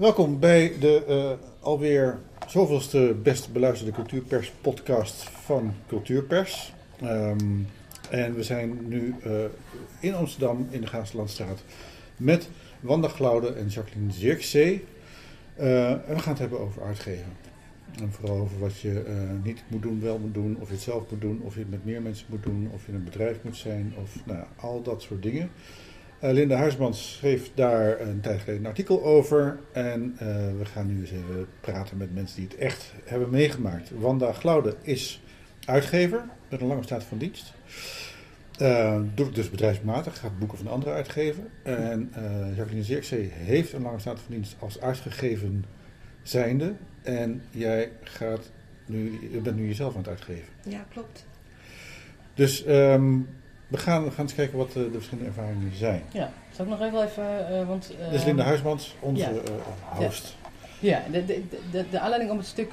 Welkom bij de alweer zoveelste best beluisterde cultuurpers-podcast van Cultuurpers. En we zijn nu in Amsterdam in de Gaaslandstraat met Wanda Glaude en Jacqueline Zirkzee. En we gaan het hebben over uitgeven. En vooral over wat je niet moet doen, wel moet doen, of je het zelf moet doen, of je het met meer mensen moet doen, of je een bedrijf moet zijn, of al dat soort dingen. Linda Huismans schreef daar een tijd geleden een artikel over. En we gaan nu eens even praten met mensen die het echt hebben meegemaakt. Wanda Glaude is uitgever met een lange staat van dienst. Doet het dus bedrijfsmatig, gaat boeken van anderen uitgeven. En Jacqueline Zirkzee heeft een lange staat van dienst als uitgegeven zijnde. En jij je bent nu jezelf aan het uitgeven. Ja, klopt. Dus we gaan eens kijken wat de verschillende ervaringen zijn. Ja, zal ik nog even... want, dit is Linda Huismans, onze host. Ja, de aanleiding om het stuk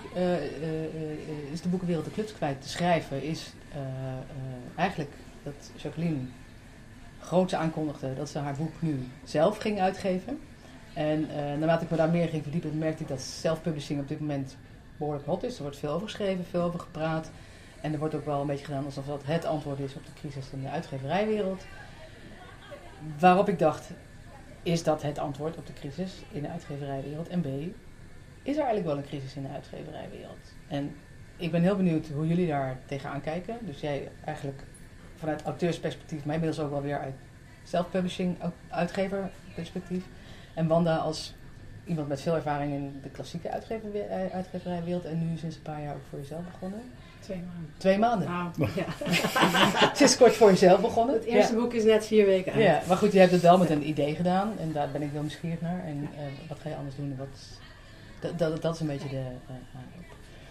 is de boekenwereld de kluts kwijt te schrijven is eigenlijk dat Jacqueline groots aankondigde dat ze haar boek nu zelf ging uitgeven. En naarmate ik me daar meer ging verdiepen, merkte ik dat self-publishing op dit moment behoorlijk hot is. Er wordt veel over geschreven, veel over gepraat. En er wordt ook wel een beetje gedaan alsof dat het antwoord is op de crisis in de uitgeverijwereld. Waarop ik dacht, is dat het antwoord op de crisis in de uitgeverijwereld? En B, is er eigenlijk wel een crisis in de uitgeverijwereld? En ik ben heel benieuwd hoe jullie daar tegenaan kijken. Dus jij eigenlijk vanuit auteursperspectief, maar inmiddels ook wel weer uit self-publishing uitgeverperspectief. En Wanda als iemand met veel ervaring in de klassieke uitgeverijwereld en nu sinds een paar jaar ook voor jezelf begonnen. 2 maanden. 2 maanden? Nou, ja. Het is kort voor jezelf begonnen. Het eerste boek is net 4 weken uit. Ja, maar goed, je hebt het wel met een idee gedaan en daar ben ik wel nieuwsgierig naar. En wat ga je anders doen? Dat is een beetje de aanloop.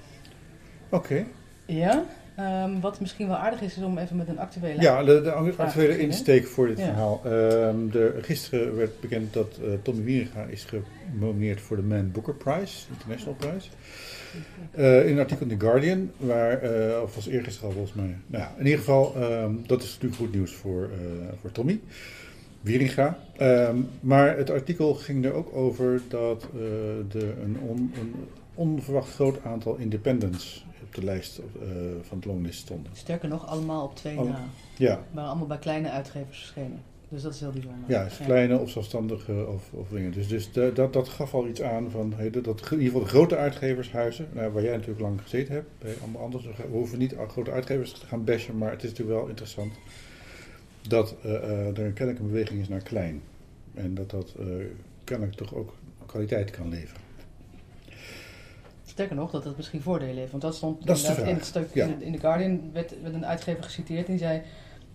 Oké. Ja, wat misschien wel aardig is om even met een actuele... Ja, de actuele insteek voor dit Ja. verhaal. Gisteren werd bekend dat Tommy Wieringa is genomineerd voor de Man Booker Prize, International Prize. In een artikel in The Guardian, of was eergisteren al volgens mij. Nou ja, in ieder geval, dat is natuurlijk goed nieuws voor Tommy Wieringa. Maar het artikel ging er ook over dat er een onverwacht groot aantal independents op de lijst van het longlist stonden. Sterker nog, allemaal op 2 na. Ja. Maar allemaal bij kleine uitgevers verschenen. Dus dat is heel bijzonder. Ja, kleine of zelfstandige of dingen. Dus dat gaf al iets aan van dat in ieder geval de grote uitgevershuizen, waar jij natuurlijk lang gezeten hebt, bij allemaal anders. We hoeven niet grote uitgevers te gaan bashen, maar het is natuurlijk wel interessant dat er kennelijk een beweging is naar klein. En dat kennelijk toch ook kwaliteit kan leveren. Sterker nog, dat het misschien voordelen heeft. Want dat stond dat inderdaad in het stuk in The Guardian, werd een uitgever geciteerd die zei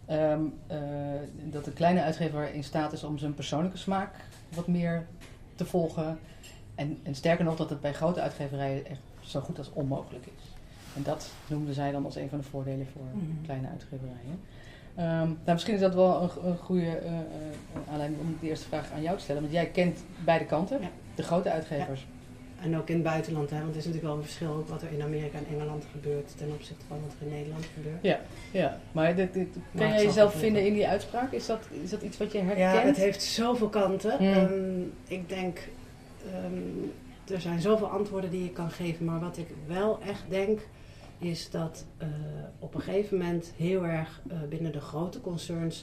dat een kleine uitgever in staat is om zijn persoonlijke smaak wat meer te volgen. En sterker nog, dat het bij grote uitgeverijen echt zo goed als onmogelijk is. En dat noemden zij dan als een van de voordelen voor kleine uitgeverijen. Misschien is dat wel een goede aanleiding om de eerste vraag aan jou te stellen. Want jij kent beide kanten, de grote uitgevers. Ja. En ook in het buitenland, hè? Want er is natuurlijk wel een verschil ook wat er in Amerika en Engeland gebeurt ten opzichte van wat er in Nederland gebeurt. Ja. Maar kan jij jezelf vinden in die uitspraak? Is dat iets wat je herkent? Ja, het heeft zoveel kanten. Ik denk, er zijn zoveel antwoorden die je kan geven. Maar wat ik wel echt denk, is dat op een gegeven moment heel erg binnen de grote concerns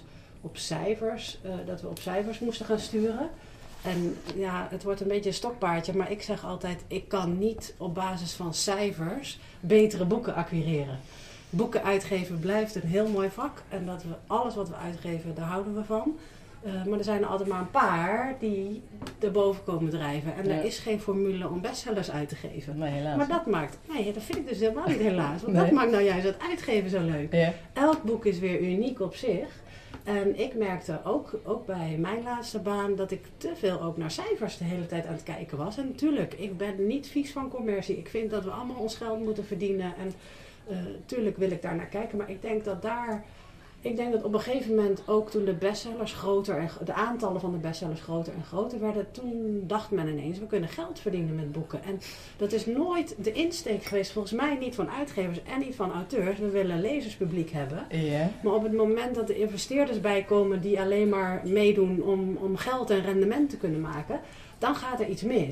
dat we op cijfers moesten gaan sturen. En ja, het wordt een beetje een stokpaardje, maar ik zeg altijd, ik kan niet op basis van cijfers betere boeken acquireren. Boeken uitgeven blijft een heel mooi vak en alles wat we uitgeven, daar houden we van. Maar er zijn er altijd maar een paar die erboven komen drijven. En er is geen formule om bestsellers uit te geven. Nee, helaas. Maar dat vind ik dus helemaal niet helaas. Want dat maakt nou juist het uitgeven zo leuk. Ja. Elk boek is weer uniek op zich. En ik merkte ook bij mijn laatste baan dat ik te veel ook naar cijfers de hele tijd aan het kijken was. En natuurlijk, ik ben niet vies van commercie. Ik vind dat we allemaal ons geld moeten verdienen. En natuurlijk wil ik daar naar kijken. Maar ik denk dat op een gegeven moment ook toen de bestsellers groter en de aantallen van de bestsellers groter en groter werden, toen dacht men ineens, we kunnen geld verdienen met boeken. En dat is nooit de insteek geweest, volgens mij niet van uitgevers en niet van auteurs. We willen een lezerspubliek hebben. Ja. Maar op het moment dat er investeerders bij komen die alleen maar meedoen om geld en rendement te kunnen maken, dan gaat er iets mis.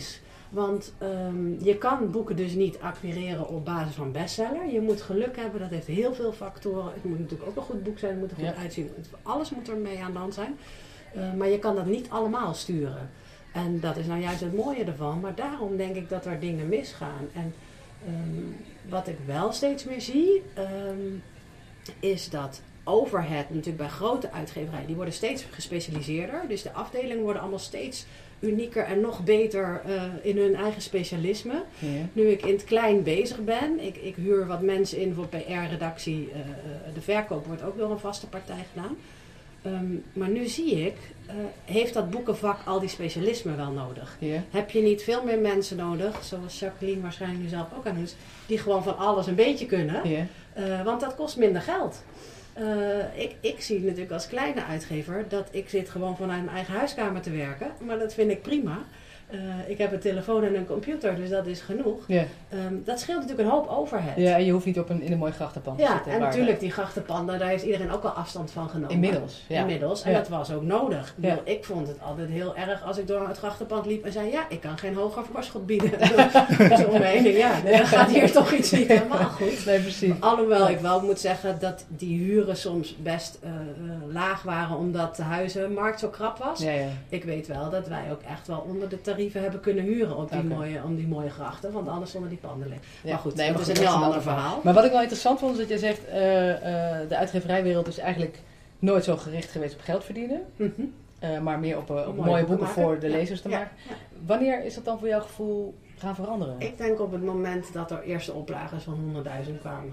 Want je kan boeken dus niet acquireren op basis van bestseller. Je moet geluk hebben, dat heeft heel veel factoren. Het moet natuurlijk ook een goed boek zijn, het moet er goed uitzien. Alles moet er mee aan de hand zijn. Maar je kan dat niet allemaal sturen. En dat is nou juist het mooie ervan. Maar daarom denk ik dat er dingen misgaan. En wat ik wel steeds meer zie, is dat overhead, natuurlijk bij grote uitgeverijen, die worden steeds gespecialiseerder. Dus de afdelingen worden allemaal steeds unieker en nog beter in hun eigen specialisme. Ja. Nu ik in het klein bezig ben, ik huur wat mensen in voor PR-redactie. De verkoop wordt ook door een vaste partij gedaan. Maar nu zie ik, heeft dat boekenvak al die specialismen wel nodig? Yeah. Heb je niet veel meer mensen nodig, zoals Jacqueline waarschijnlijk nu zelf ook aan doet, die gewoon van alles een beetje kunnen? Yeah. Want dat kost minder geld. Ik zie natuurlijk als kleine uitgever dat ik zit gewoon vanuit mijn eigen huiskamer te werken. Maar dat vind ik prima. Ik heb een telefoon en een computer, dus dat is genoeg. Yeah. Dat scheelt natuurlijk een hoop overhead. Ja, en je hoeft niet in een mooi grachtenpand te zitten. Ja, en natuurlijk die grachtenpanden, daar heeft iedereen ook al afstand van genomen. Inmiddels, ja. En dat was ook nodig. Ja. Ik vond het altijd heel erg als ik door het grachtenpand liep en zei, ja, ik kan geen hoger voorschot bieden. Zo'n mening, dan gaat hier toch iets niet helemaal goed. Nee, precies. Alhoewel ik wel moet zeggen dat die huren soms best laag waren, omdat de huizenmarkt zo krap was. Ja, ja. Ik weet wel dat wij ook echt wel onder de tarieven hebben kunnen huren op die mooie grachten, want anders stonden die panden leeg. Ja, maar goed, dat is een heel ander verhaal. Maar wat ik wel interessant vond, is dat je zegt, de uitgeverijwereld is eigenlijk nooit zo gericht geweest op geld verdienen, maar meer op mooie boeken voor de lezers te maken. Ja. Wanneer is dat dan voor jouw gevoel gaan veranderen? Ik denk op het moment dat er eerste oplages van 100.000 kwamen.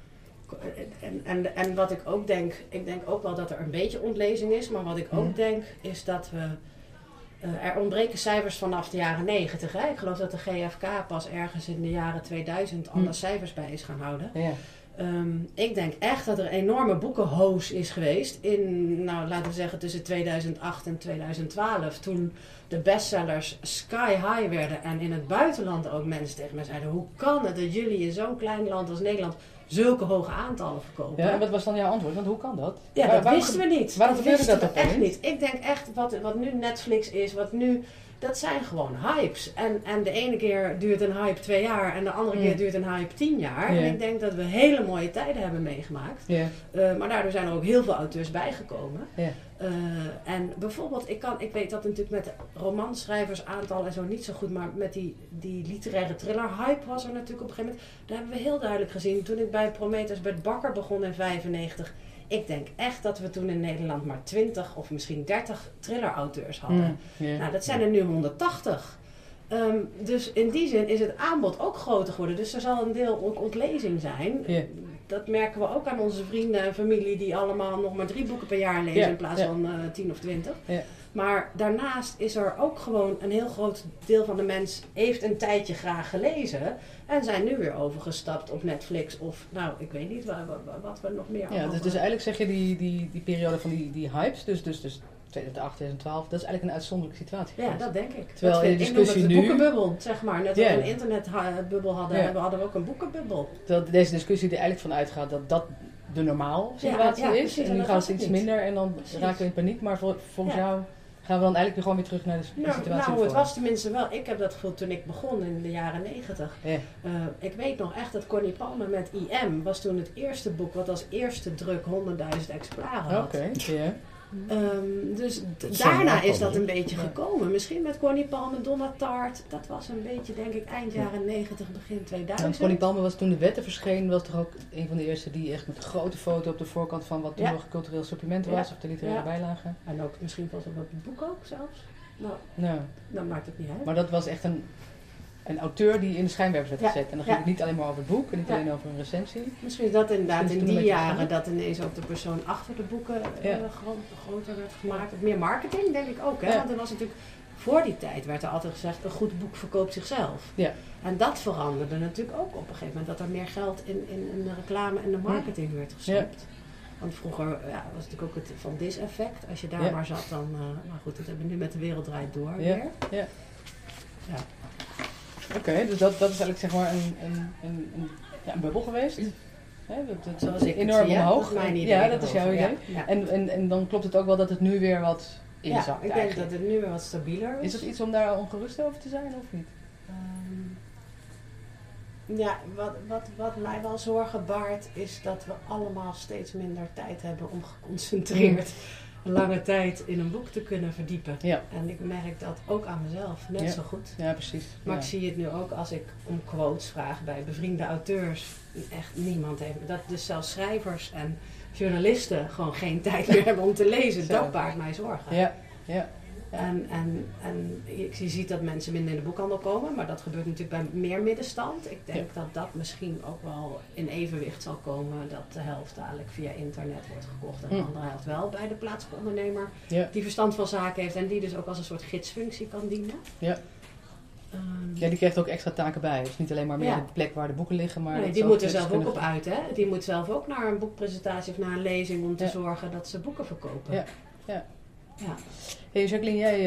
En wat ik ook denk, ik denk ook wel dat er een beetje ontlezing is, maar wat ik ook denk is dat we... er ontbreken cijfers vanaf de jaren 90. Hè? Ik geloof dat de GFK pas ergens in de jaren 2000 alle cijfers bij is gaan houden. Ja. Ik denk echt dat er een enorme boekenhoos is geweest in, nou laten we zeggen tussen 2008 en 2012. Toen de bestsellers sky high werden en in het buitenland ook mensen tegen mij zeiden, hoe kan het dat jullie in zo'n klein land als Nederland zulke hoge aantallen verkopen? Ja, en wat was dan jouw antwoord? Want hoe kan dat? Ja, dat wisten we niet. Waarom gebeurde dat echt niet? Ik denk echt, wat nu Netflix is, dat zijn gewoon hypes. En de ene keer duurt een hype 2 jaar en de andere keer duurt een hype 10 jaar. En ik denk dat we hele mooie tijden hebben meegemaakt. Maar daardoor zijn er ook heel veel auteurs bijgekomen. En bijvoorbeeld, ik weet dat natuurlijk met romanschrijvers aantal en zo niet zo goed, maar met die literaire thriller hype was er natuurlijk op een gegeven moment. Daar hebben we heel duidelijk gezien. Toen ik bij Prometheus Bert Bakker begon in 1995... Ik denk echt dat we toen in Nederland maar 20 of misschien 30 thriller-auteurs hadden. Nou, dat zijn er nu 180. Dus in die zin is het aanbod ook groter geworden. Dus er zal een deel ook ontlezing zijn. Dat merken we ook aan onze vrienden en familie die allemaal nog maar 3 boeken per jaar lezen in plaats van 10 of 20. Maar daarnaast is er ook gewoon een heel groot deel van de mens heeft een tijdje graag gelezen. En zijn nu weer overgestapt op Netflix of, nou, ik weet niet wat we nog meer allemaal... Dus eigenlijk zeg je die periode van die hypes, dus 2008, 2012, dat is eigenlijk een uitzonderlijke situatie. Ja, dat denk ik. Terwijl in de discussie nu... de boekenbubbel, zeg maar. Net als we een internetbubbel hadden we ook een boekenbubbel. Terwijl deze discussie er eigenlijk van uitgaat dat de normaal situatie is. Precies, en nu gaat het iets minder en dan raken we in paniek. Maar volgens jou... Gaan we dan eigenlijk gewoon weer terug naar de situatie? Nou, het was tenminste wel... Ik heb dat gevoel toen ik begon in de jaren 90. Ik weet nog echt dat Connie Palmer met IM was toen het eerste boek wat als eerste druk 100.000 exemplaren had. Dus daarna is dat een beetje gekomen. Misschien met Connie Palmer, Donna Tartt. Dat was een beetje, denk ik, eind jaren 90, begin 2000. Connie Palmer was toen de wetten verschenen, was toch ook een van de eerste die echt met een grote foto op de voorkant van wat toen nog een cultureel supplement was, of de literaire bijlage. En ook misschien was het op het boek ook zelfs. Nou, dan maakt het niet uit. Maar dat was echt een auteur die in de schijnwerpers werd gezet. En dan ging het niet alleen maar over het boek en niet alleen over een recensie. Misschien is dat inderdaad in die jaren dat ineens ook de persoon achter de boeken groter werd gemaakt. Of meer marketing, denk ik ook. Hè? Want er was natuurlijk, voor die tijd werd er altijd gezegd, een goed boek verkoopt zichzelf. Ja. En dat veranderde natuurlijk ook op een gegeven moment. Dat er meer geld in de reclame en de marketing werd gestopt. Want vroeger was natuurlijk ook het Van Dis effect. Als je daar maar zat, dan... maar goed, dat hebben we nu met De Wereld Draait Door weer. Ja. Oké, dus dat is eigenlijk zeg maar een bubbel geweest. Dat is enorm omhoog. Dat is jouw idee. Ja. En dan klopt het ook wel dat het nu weer wat inzakt. Ik denk dat het nu weer wat stabieler is. Is dat iets om daar ongerust over te zijn of niet? Ja, wat mij wel zorgen baart is dat we allemaal steeds minder tijd hebben om geconcentreerd een lange tijd in een boek te kunnen verdiepen. Ja. En ik merk dat ook aan mezelf, net zo goed. Ja, precies. Maar ik zie het nu ook als ik om quotes vraag bij bevriende auteurs. Echt niemand heeft. Dat dus zelfs schrijvers en journalisten gewoon geen tijd meer hebben om te lezen. Zo. Dat baart mij zorgen. Ja. En je ziet dat mensen minder in de boekhandel komen, maar dat gebeurt natuurlijk bij meer middenstand. Ik denk dat dat misschien ook wel in evenwicht zal komen, dat de helft dadelijk via internet wordt gekocht en de andere helft wel bij de plaatselijke ondernemer die verstand van zaken heeft en die dus ook als een soort gidsfunctie kan dienen. Ja. Die krijgt ook extra taken bij. Dus niet alleen maar meer de plek waar de boeken liggen, maar... Nee, die moet er zelf ook op uit, hè. Die moet zelf ook naar een boekpresentatie of naar een lezing om te zorgen dat ze boeken verkopen. Ja. Hey Jacqueline, jij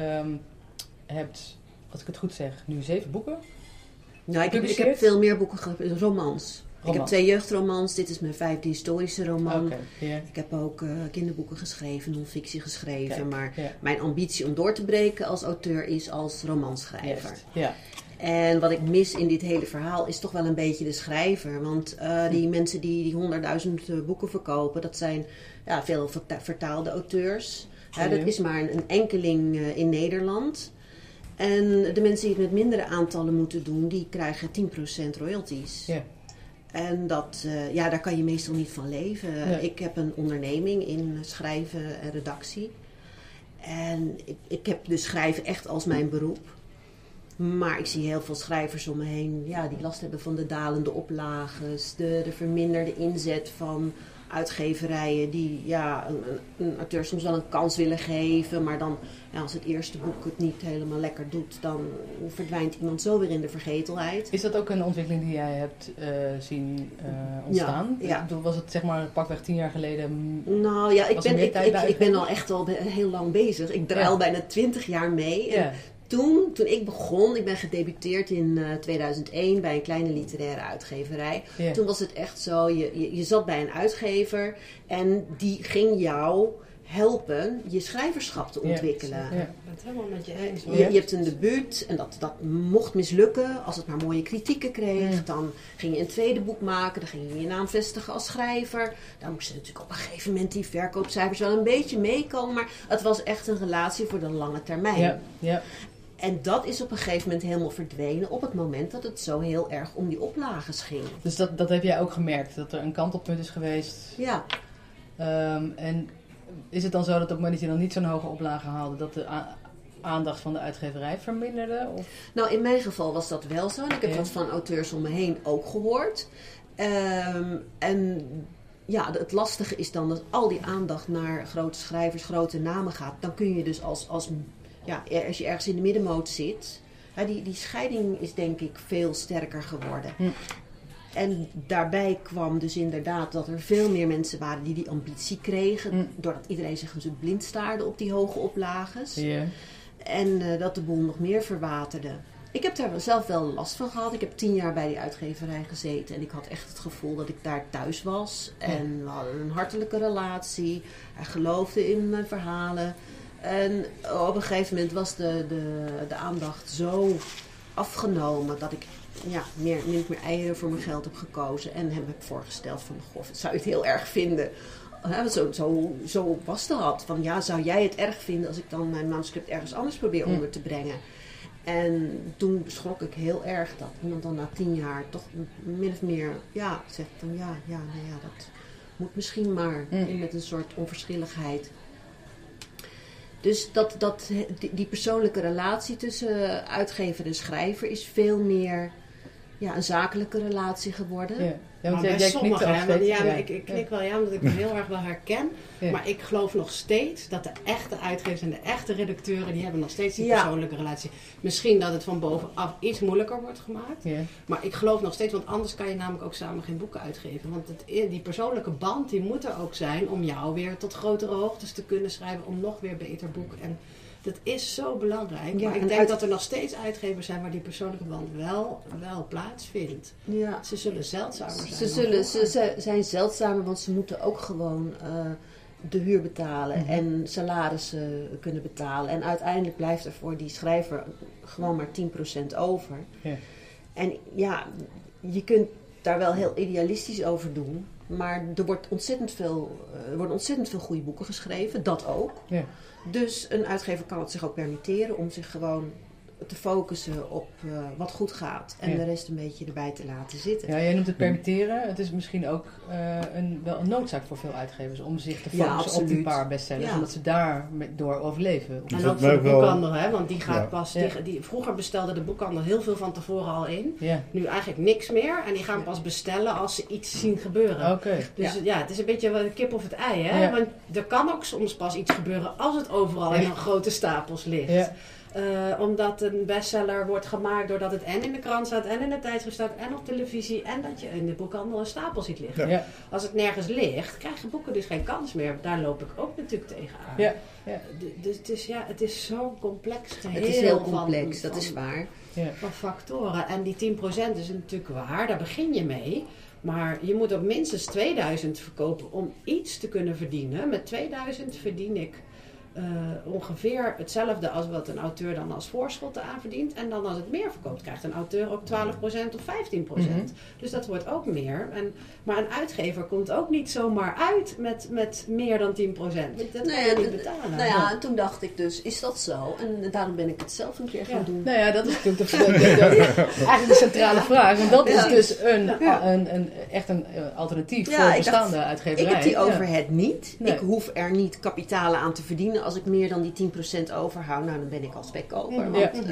hebt, als ik het goed zeg, nu 7 boeken. Nou, ik heb veel meer boeken geschreven, romans. Ik heb 2 jeugdromans, dit is mijn 5e historische roman. Ik heb ook kinderboeken geschreven, non-fictie geschreven. Mijn ambitie om door te breken als auteur is als romanschrijver. Ja. En wat ik mis in dit hele verhaal is toch wel een beetje de schrijver. Want die mensen die 100.000 boeken verkopen, dat zijn veel vertaalde auteurs. Dat is maar een enkeling in Nederland. En de mensen die het met mindere aantallen moeten doen, die krijgen 10% royalties. Ja. En daar kan je meestal niet van leven. Ja. Ik heb een onderneming in schrijven en redactie. En ik heb dus schrijven echt als mijn beroep. Maar ik zie heel veel schrijvers om me heen die last hebben van de dalende oplages, de verminderde inzet van uitgeverijen die een auteur soms wel een kans willen geven, maar dan als het eerste boek het niet helemaal lekker doet, dan verdwijnt iemand zo weer in de vergetelheid. Is dat ook een ontwikkeling die jij hebt zien ontstaan? Ja. Was het zeg maar pakweg 10 jaar geleden? Nou ja, ik ben al echt al heel lang bezig. Ik draai al bijna 20 jaar mee. Ja. Toen ik begon, ik ben gedebuteerd in 2001 bij een kleine literaire uitgeverij. Yeah. Toen was het echt zo, je zat bij een uitgever en die ging jou helpen je schrijverschap te ontwikkelen. Ik ben het helemaal met je eens. Je hebt een debuut en dat mocht mislukken. Als het maar mooie kritieken kreeg, dan ging je een tweede boek maken. Dan ging je je naam vestigen als schrijver. Dan moesten natuurlijk op een gegeven moment die verkoopcijfers wel een beetje meekomen. Maar het was echt een relatie voor de lange termijn. Ja. En dat is op een gegeven moment helemaal verdwenen op het moment dat het zo heel erg om die oplages ging. Dus dat heb jij ook gemerkt, dat er een kantelpunt is geweest? Ja. En is het dan zo dat op het moment dat je dan niet zo'n hoge oplage haalde, dat de aandacht van de uitgeverij verminderde? Of? Nou, in mijn geval was dat wel zo. En ik heb dat van auteurs om me heen ook gehoord. Het lastige is dan dat al die aandacht naar grote schrijvers, grote namen gaat. Dan kun je dus als je ergens in de middenmoot zit, die scheiding is denk ik veel sterker geworden. En daarbij kwam dus inderdaad dat er veel meer mensen waren die ambitie kregen, doordat iedereen zich natuurlijk blind staarde op die hoge oplages. Yeah. En dat de boel nog meer verwaterde. Ik heb daar zelf wel last van gehad. Ik heb 10 jaar bij die uitgeverij gezeten en ik had echt het gevoel dat ik daar thuis was. En we hadden een hartelijke relatie. Hij geloofde in mijn verhalen. En op een gegeven moment was de aandacht zo afgenomen dat ik min of meer eieren voor mijn geld heb gekozen. En hem heb voorgesteld van, goh, zou je het heel erg vinden? Zo was dat. Van zou jij het erg vinden als ik dan mijn manuscript ergens anders probeer onder te brengen? En toen schrok ik heel erg dat iemand dan na 10 jaar toch min of meer zegt van dat moet misschien maar. Met een soort onverschilligheid. Dus die persoonlijke relatie tussen uitgever en schrijver is veel meer een zakelijke relatie geworden. Ja, want jij knikt er steeds. Ik knik wel omdat ik het heel erg wel herken. Ja. Maar ik geloof nog steeds dat de echte uitgevers en de echte redacteuren, die hebben nog steeds die persoonlijke relatie. Misschien dat het van bovenaf iets moeilijker wordt gemaakt. Ja. Maar ik geloof nog steeds, want anders kan je namelijk ook samen geen boeken uitgeven. Want die persoonlijke band, die moet er ook zijn om jou weer tot grotere hoogtes te kunnen schrijven. Om nog weer beter boeken. En dat is zo belangrijk. Ja, maar ik denk dat er nog steeds uitgevers zijn waar die persoonlijke band wel plaatsvindt. Ja. Ze zullen zeldzamer zijn. Ze zijn zeldzamer, want ze moeten ook gewoon de huur betalen en salarissen kunnen betalen. En uiteindelijk blijft er voor die schrijver gewoon maar 10% over. Ja. En je kunt daar wel heel idealistisch over doen. Maar er worden ontzettend veel goede boeken geschreven. Dat ook. Ja. Dus een uitgever kan het zich ook permitteren om zich gewoon te focussen op wat goed gaat. En de rest een beetje erbij te laten zitten. Ja, jij noemt het permitteren. Het is misschien ook wel een noodzaak voor veel uitgevers om zich te focussen op die paar bestsellers. Omdat ze daar door overleven. En ook voor de boekhandel, hè? Want die gaat pas... Vroeger bestelde de boekhandel heel veel van tevoren al in. Ja. Nu eigenlijk niks meer. En die gaan pas bestellen als ze iets zien gebeuren. Okay. Dus het is een beetje de kip of het ei, hè? Ja. Want er kan ook soms pas iets gebeuren als het overal in grote stapels ligt. Ja. Omdat een bestseller wordt gemaakt doordat het en in de krant staat en in de tijdschrift staat en op televisie en dat je in de boekhandel een stapel ziet liggen. Ja. Als het nergens ligt, krijgen boeken dus geen kans meer. Daar loop ik ook natuurlijk tegenaan. Ja. Ja. Dus het is zo'n complex geheel. Het is heel complex, dat is waar. Van factoren. En die 10% is natuurlijk waar, daar begin je mee. Maar je moet ook minstens 2000 verkopen om iets te kunnen verdienen. Met 2000 verdien ik ongeveer hetzelfde als wat een auteur dan als voorschot aan verdient. En dan als het meer verkoopt, krijgt een auteur ook 12% of 15%. Mm-hmm. Dus dat wordt ook meer. Maar een uitgever komt ook niet zomaar uit met meer dan 10%. Dat kan je niet betalen. Nou ja, en toen dacht ik dus, is dat zo? En daarom ben ik het zelf een keer gaan doen. Nou ja, dat is natuurlijk eigenlijk de centrale vraag. Want dat is dus echt een alternatief voor bestaande uitgeverij. Ik heb die overhead niet. Nee. Ik hoef er niet kapitalen aan te verdienen. Als ik meer dan die 10% overhoud, nou dan ben ik al spekkoper.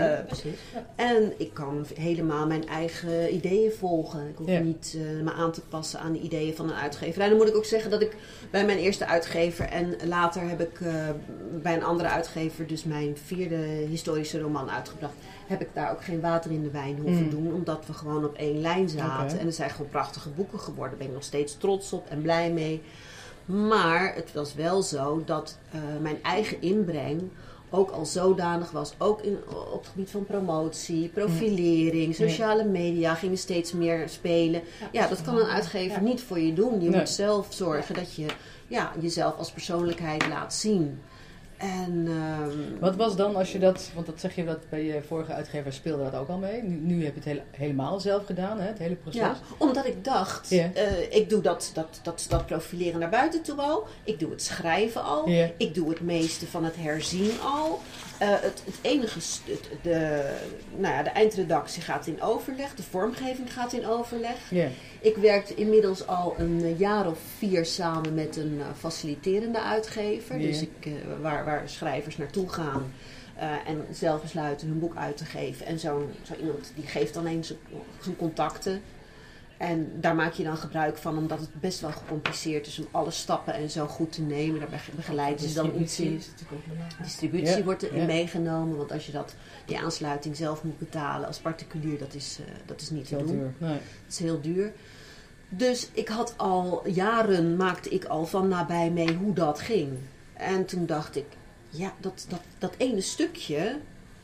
En ik kan helemaal mijn eigen ideeën volgen. Ik hoef niet me aan te passen aan de ideeën van een uitgever. En dan moet ik ook zeggen dat ik bij mijn eerste uitgever en later heb ik bij een andere uitgever dus mijn 4e historische roman uitgebracht. Heb ik daar ook geen water in de wijn hoeven doen, omdat we gewoon op één lijn zaten. Okay. En er zijn gewoon prachtige boeken geworden. Daar ben ik nog steeds trots op en blij mee. Maar het was wel zo dat mijn eigen inbreng ook al zodanig was. Ook op het gebied van promotie, profilering, sociale media gingen steeds meer spelen. Ja, dat kan een uitgever niet voor je doen. Je moet zelf zorgen dat je jezelf als persoonlijkheid laat zien. En, wat was dan als je dat, want dat zeg je dat bij je vorige uitgever speelde dat ook al mee. Nu heb je het helemaal zelf gedaan, hè, het hele proces. Ja, omdat ik dacht, ik doe dat profileren naar buiten toe al. Ik doe het schrijven al. Ik doe het meeste van het herzien al. Het enige, de eindredactie gaat in overleg. De vormgeving gaat in overleg. Ik werkte inmiddels al een jaar of 4 samen met een faciliterende uitgever. Dus waar schrijvers naartoe gaan en zelf besluiten hun boek uit te geven. En zo iemand die geeft dan eens zijn contacten. En daar maak je dan gebruik van, omdat het best wel gecompliceerd is om alle stappen en zo goed te nemen. Daar begeleiden ze dan iets in. Distributie wordt erin meegenomen, want als je die aansluiting zelf moet betalen als particulier, dat is niet te doen. Duur. Nee. Het is heel duur. Dus ik had al jaren, maakte ik al van nabij mee hoe dat ging. En toen dacht ik, ja, dat ene stukje,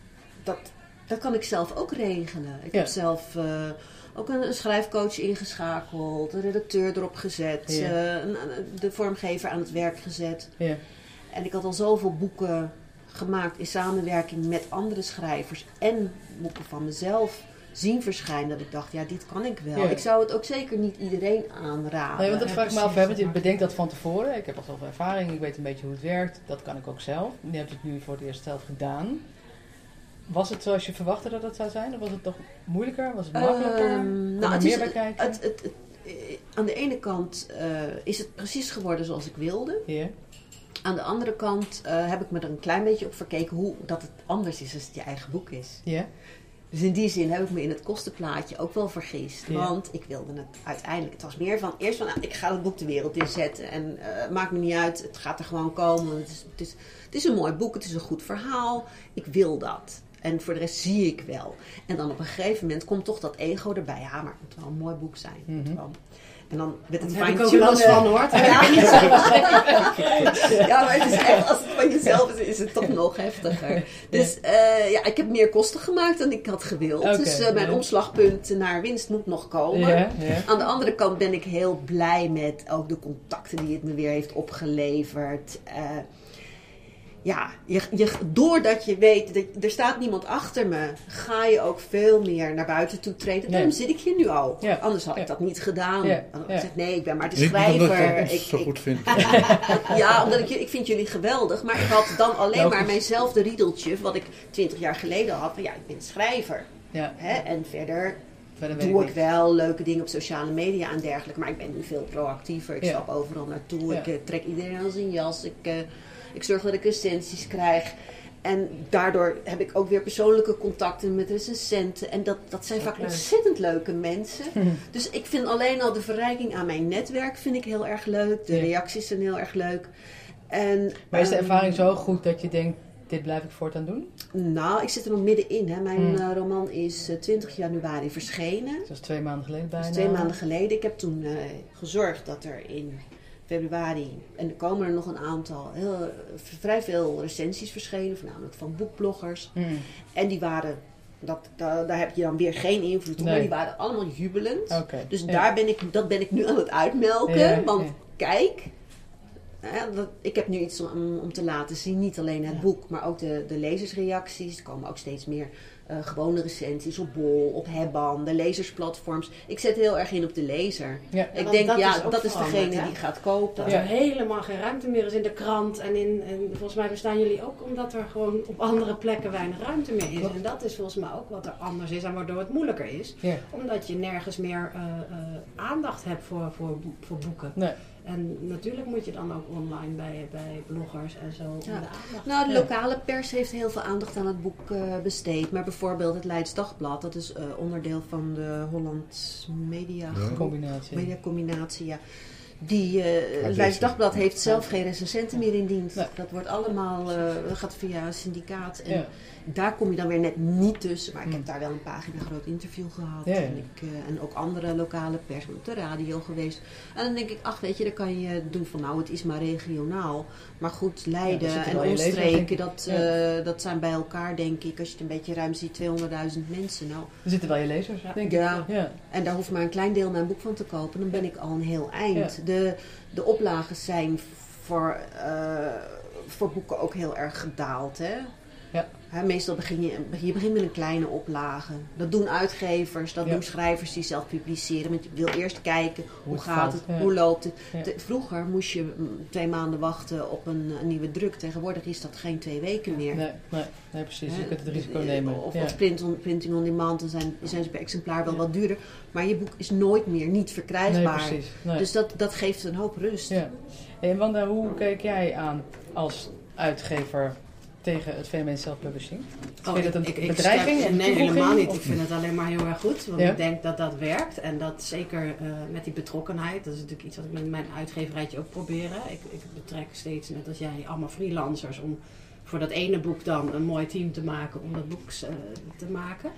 dat kan ik zelf ook regelen. Ik heb zelf ook een schrijfcoach ingeschakeld, een redacteur erop gezet, de vormgever aan het werk gezet. Ja. En ik had al zoveel boeken gemaakt in samenwerking met andere schrijvers en boeken van mezelf zien verschijnen, dat ik dacht, ja, dit kan ik wel. Ja. Ik zou het ook zeker niet iedereen aanraden. Nee, want dat vraag ik me af, want je bedenkt dat van tevoren. Ik heb al zoveel ervaring, ik weet een beetje hoe het werkt. Dat kan ik ook zelf. Je hebt het nu voor het eerst zelf gedaan. Was het zoals je verwachtte dat het zou zijn? Of was het toch moeilijker? Was het makkelijker? Het meer bij kijken? Aan de ene kant is het precies geworden zoals ik wilde. Yeah. Aan de andere kant heb ik me er een klein beetje op verkeken hoe dat het anders is als het je eigen boek is. Yeah. Dus in die zin heb ik me in het kostenplaatje ook wel vergist. Yeah. Want ik wilde het uiteindelijk... Het was meer van... Eerst van, ik ga het boek de wereld inzetten. En maakt me niet uit. Het gaat er gewoon komen. Het is een mooi boek. Het is een goed verhaal. Ik wil dat. En voor de rest zie ik wel. En dan op een gegeven moment komt toch dat ego erbij. Ja, maar het moet wel een mooi boek zijn. Mm-hmm. En dan werd het fijn ook last van, hoor. Ja, maar het is echt, als het van jezelf is het toch nog heftiger. Dus ik heb meer kosten gemaakt dan ik had gewild. Okay, dus mijn omslagpunt naar winst moet nog komen. Aan de andere kant ben ik heel blij met ook de contacten die het me weer heeft opgeleverd. doordat je weet, dat er staat niemand achter me, ga je ook veel meer naar buiten toe treden. Daarom zit ik hier nu al. Ja. Anders had ik dat niet gedaan. Dan had ik gezegd, nee, ik ben maar de schrijver. Omdat ik zo goed vind. Ja, omdat ik vind jullie geweldig. Maar ik had dan alleen maar mijnzelfde riedeltje, wat ik 20 jaar geleden had. Van, ik ben schrijver. Ja. En verder doe ik wel leuke dingen op sociale media en dergelijke. Maar ik ben nu veel proactiever. Ik stap overal naartoe. Ja. Ik trek iedereen aan zijn jas. Ik zorg dat ik recensies krijg. En daardoor heb ik ook weer persoonlijke contacten met recensenten. En dat zijn vaak ontzettend leuke mensen. Dus ik vind alleen al de verrijking aan mijn netwerk vind ik heel erg leuk. De reacties zijn heel erg leuk. Maar is de ervaring zo goed dat je denkt, dit blijf ik voortaan doen? Nou, ik zit er nog middenin. Hè. Mijn roman is 20 januari verschenen. Dat is 2 maanden geleden bijna. Dat is 2 maanden geleden. Ik heb toen gezorgd dat er in februari, en er komen er nog een aantal, vrij veel recensies verschenen, voornamelijk van boekbloggers. En die waren, daar heb je dan weer geen invloed op, maar die waren allemaal jubelend. Okay. Dus dat ben ik nu aan het uitmelken. Want kijk, ik heb nu iets om te laten zien. Niet alleen het boek, maar ook de lezersreacties. Er komen ook steeds meer gewone recensies op Bol, op Hebban, de lezersplatforms. Ik zet heel erg in op de lezer. Ja. Ik denk, dat is degene die gaat kopen. Dat er helemaal geen ruimte meer is in de krant. En volgens mij bestaan jullie ook omdat er gewoon op andere plekken weinig ruimte meer is. En dat is volgens mij ook wat er anders is en waardoor het moeilijker is. Ja. Omdat je nergens meer aandacht hebt voor boeken. Nee. En natuurlijk moet je dan ook online bij bloggers en zo om de aandacht. Nou, de lokale pers heeft heel veel aandacht aan het boek besteed. Maar bijvoorbeeld het Leids Dagblad, dat is onderdeel van de Holland Media Combinatie. Ja. Het Leids Dagblad heeft zelf geen recensenten meer in dienst. Nee. Dat wordt allemaal, gaat via een syndicaat. En daar kom je dan weer net niet tussen. Maar ik heb daar wel een pagina groot interview gehad. Ja. En ook andere lokale pers, op de radio geweest. En dan denk ik, weet je, dan kan je doen van het is maar regionaal. Maar goed, Leiden en omstreken, dat zijn bij elkaar, denk ik, als je het een beetje ruim ziet, 200.000 mensen. Nou, er zitten wel je lezers, denk ik. Ja, en daar hoeft maar een klein deel mijn boek van te kopen. Dan ben ik al een heel eind. Ja. De oplagen zijn voor boeken ook heel erg gedaald, hè? Ja. Meestal begin je begint met een kleine oplage. Dat doen uitgevers, dat doen schrijvers die zelf publiceren. Want je wil eerst kijken, hoe gaat het, hoe loopt het. Ja. Vroeger moest je 2 maanden wachten op een nieuwe druk. Tegenwoordig is dat geen 2 weken meer. Nee, precies. Je kunt het risico nemen. Of printing on demand, dan zijn ze per exemplaar wel wat duurder. Maar je boek is nooit meer niet verkrijgbaar. Nee, precies. Nee. Dus dat geeft een hoop rust. Ja. En Wanda, hoe kijk jij aan als uitgever tegen het fenomeen self-publishing? Vind je dat een bedreiging? Nee, helemaal niet. Ik vind het alleen maar heel erg goed. Want ik denk dat werkt. En dat zeker met die betrokkenheid. Dat is natuurlijk iets wat ik met mijn uitgeverijtje ook proberen. Ik betrek steeds, net als jij, allemaal freelancers om voor dat ene boek dan een mooi team te maken om dat boek te maken.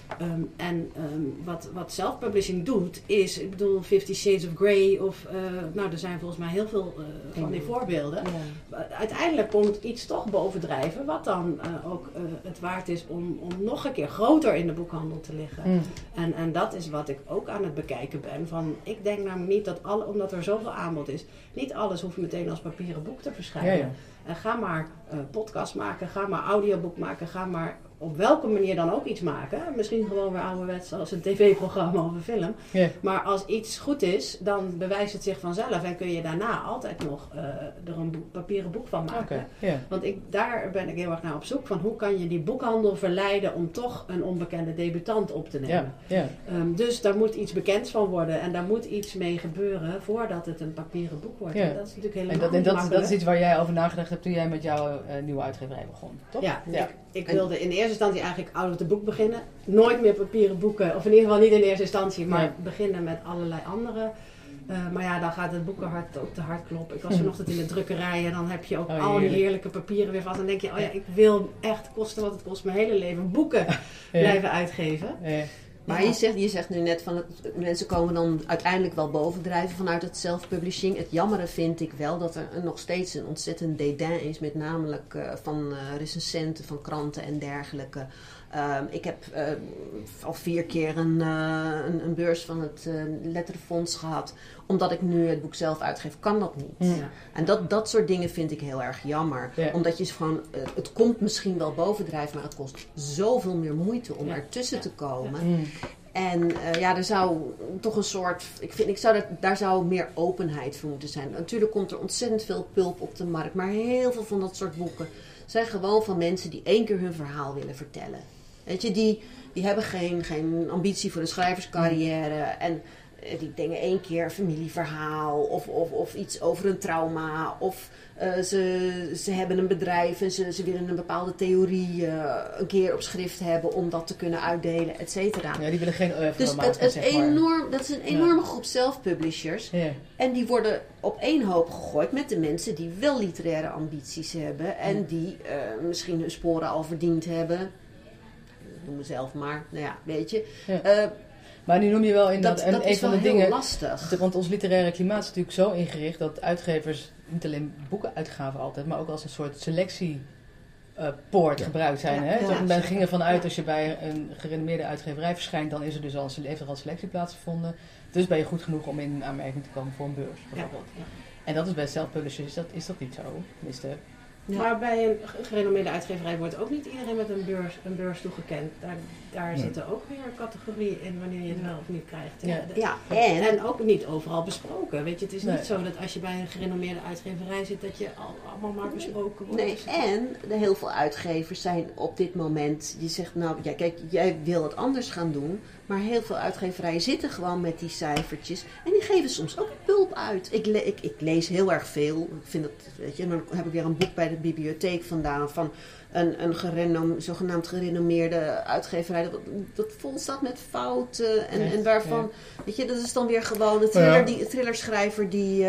Yeah. Wat self-publishing doet is, ik bedoel 50 Shades of Grey of, er zijn volgens mij heel veel van die voorbeelden. Yeah. Uiteindelijk komt iets toch bovendrijven wat dan ook het waard is om nog een keer groter in de boekhandel te liggen. En dat is wat ik ook aan het bekijken ben. Van, ik denk namelijk niet dat omdat er zoveel aanbod is, niet alles hoeft meteen als papieren boek te verschijnen. Ja. En ga maar podcast maken, ga maar audioboek maken, ga maar op welke manier dan ook iets maken. Misschien gewoon weer ouderwets als een tv-programma of een film. Yeah. Maar als iets goed is, dan bewijst het zich vanzelf. En kun je daarna altijd nog er een papieren boek van maken. Okay. Yeah. Want daar ben ik heel erg naar op zoek. Van hoe kan je die boekhandel verleiden om toch een onbekende debutant op te nemen. Yeah. Yeah. Dus daar moet iets bekends van worden. En daar moet iets mee gebeuren voordat het een papieren boek wordt. Yeah. En dat is natuurlijk helemaal niet makkelijk. Dat is iets waar jij over nagedacht hebt toen jij met jouw nieuwe uitgeverij begon, toch? Ja. Ik wilde in eerste instantie eigenlijk out of the book beginnen. Nooit meer papieren boeken. Of in ieder geval niet in eerste instantie. Maar beginnen met allerlei andere. Maar dan gaat het boekenhart ook te hard kloppen. Ik was vanochtend in de drukkerij. En dan heb je ook al die heerlijke papieren weer vast. En dan denk je, ik wil echt kosten wat het kost mijn hele leven boeken blijven uitgeven. Maar je zegt nu net van mensen komen dan uiteindelijk wel bovendrijven vanuit het self-publishing. Het jammere vind ik wel dat er nog steeds een ontzettend dédain is, met namelijk van recensenten, van kranten en dergelijke. Ik heb al 4 keer een beurs van het Letterenfonds gehad. Omdat ik nu het boek zelf uitgeef, kan dat niet. Ja. En dat soort dingen vind ik heel erg jammer. Ja. Omdat je gewoon, het komt misschien wel bovendrijf, maar het kost zoveel meer moeite om Ja. ertussen te komen. Mm. En er zou toch een soort... daar zou meer openheid voor moeten zijn. Natuurlijk komt er ontzettend veel pulp op de markt. Maar heel veel van dat soort boeken zijn gewoon van mensen die 1 keer hun verhaal willen vertellen. Weet je, die hebben geen ambitie voor de schrijverscarrière. En die denken 1 keer een familieverhaal. Of iets over een trauma. Of ze hebben een bedrijf en ze willen een bepaalde theorie een keer op schrift hebben om dat te kunnen uitdelen, et cetera. Ja, die willen geen Dus dat is een enorme groep self-publishers. Ja. En die worden op 1 hoop gegooid met de mensen die wel literaire ambities hebben. En die misschien hun sporen al verdiend hebben. Ik noem mezelf maar, nou ja, weet je. Ja. Maar nu noem je wel inderdaad Dat een is van wel de heel dingen. lastig. Want ons literaire klimaat is natuurlijk zo ingericht dat uitgevers niet alleen boekenuitgaven altijd, maar ook als een soort selectiepoort gebruikt zijn. Ja, Hè? ja, Men ging ervan uit, Ja. als je bij een gerenommeerde uitgeverij verschijnt, dan is er dus heeft er al selectie plaatsgevonden. Dus ben je goed genoeg om in aanmerking te komen voor een beurs, bijvoorbeeld. Ja. En dat is bij self-publishers, is dat niet zo. Tenminste, Ja. Maar bij een gerenommeerde uitgeverij wordt ook niet iedereen met een beurs toegekend. Daar Nee. zitten ook weer categorieën in wanneer je het wel of niet krijgt. Ja. Ja, En ook niet overal besproken. Weet je, het is Nee. niet zo dat als je bij een gerenommeerde uitgeverij zit, dat je allemaal maar besproken wordt. Nee, en heel veel uitgevers zijn op dit moment... Je zegt, nou, ja, kijk, jij wil het anders gaan doen... maar heel veel uitgeverijen zitten gewoon met die cijfertjes... en die geven soms ook pulp uit. Ik lees heel erg veel. Ik vind dat, weet je, dan heb ik weer een boek bij de bibliotheek vandaan... van een zogenaamd gerenommeerde uitgeverij... dat vol staat met fouten en waarvan... Weet je, dat is dan weer gewoon een thrillerschrijver die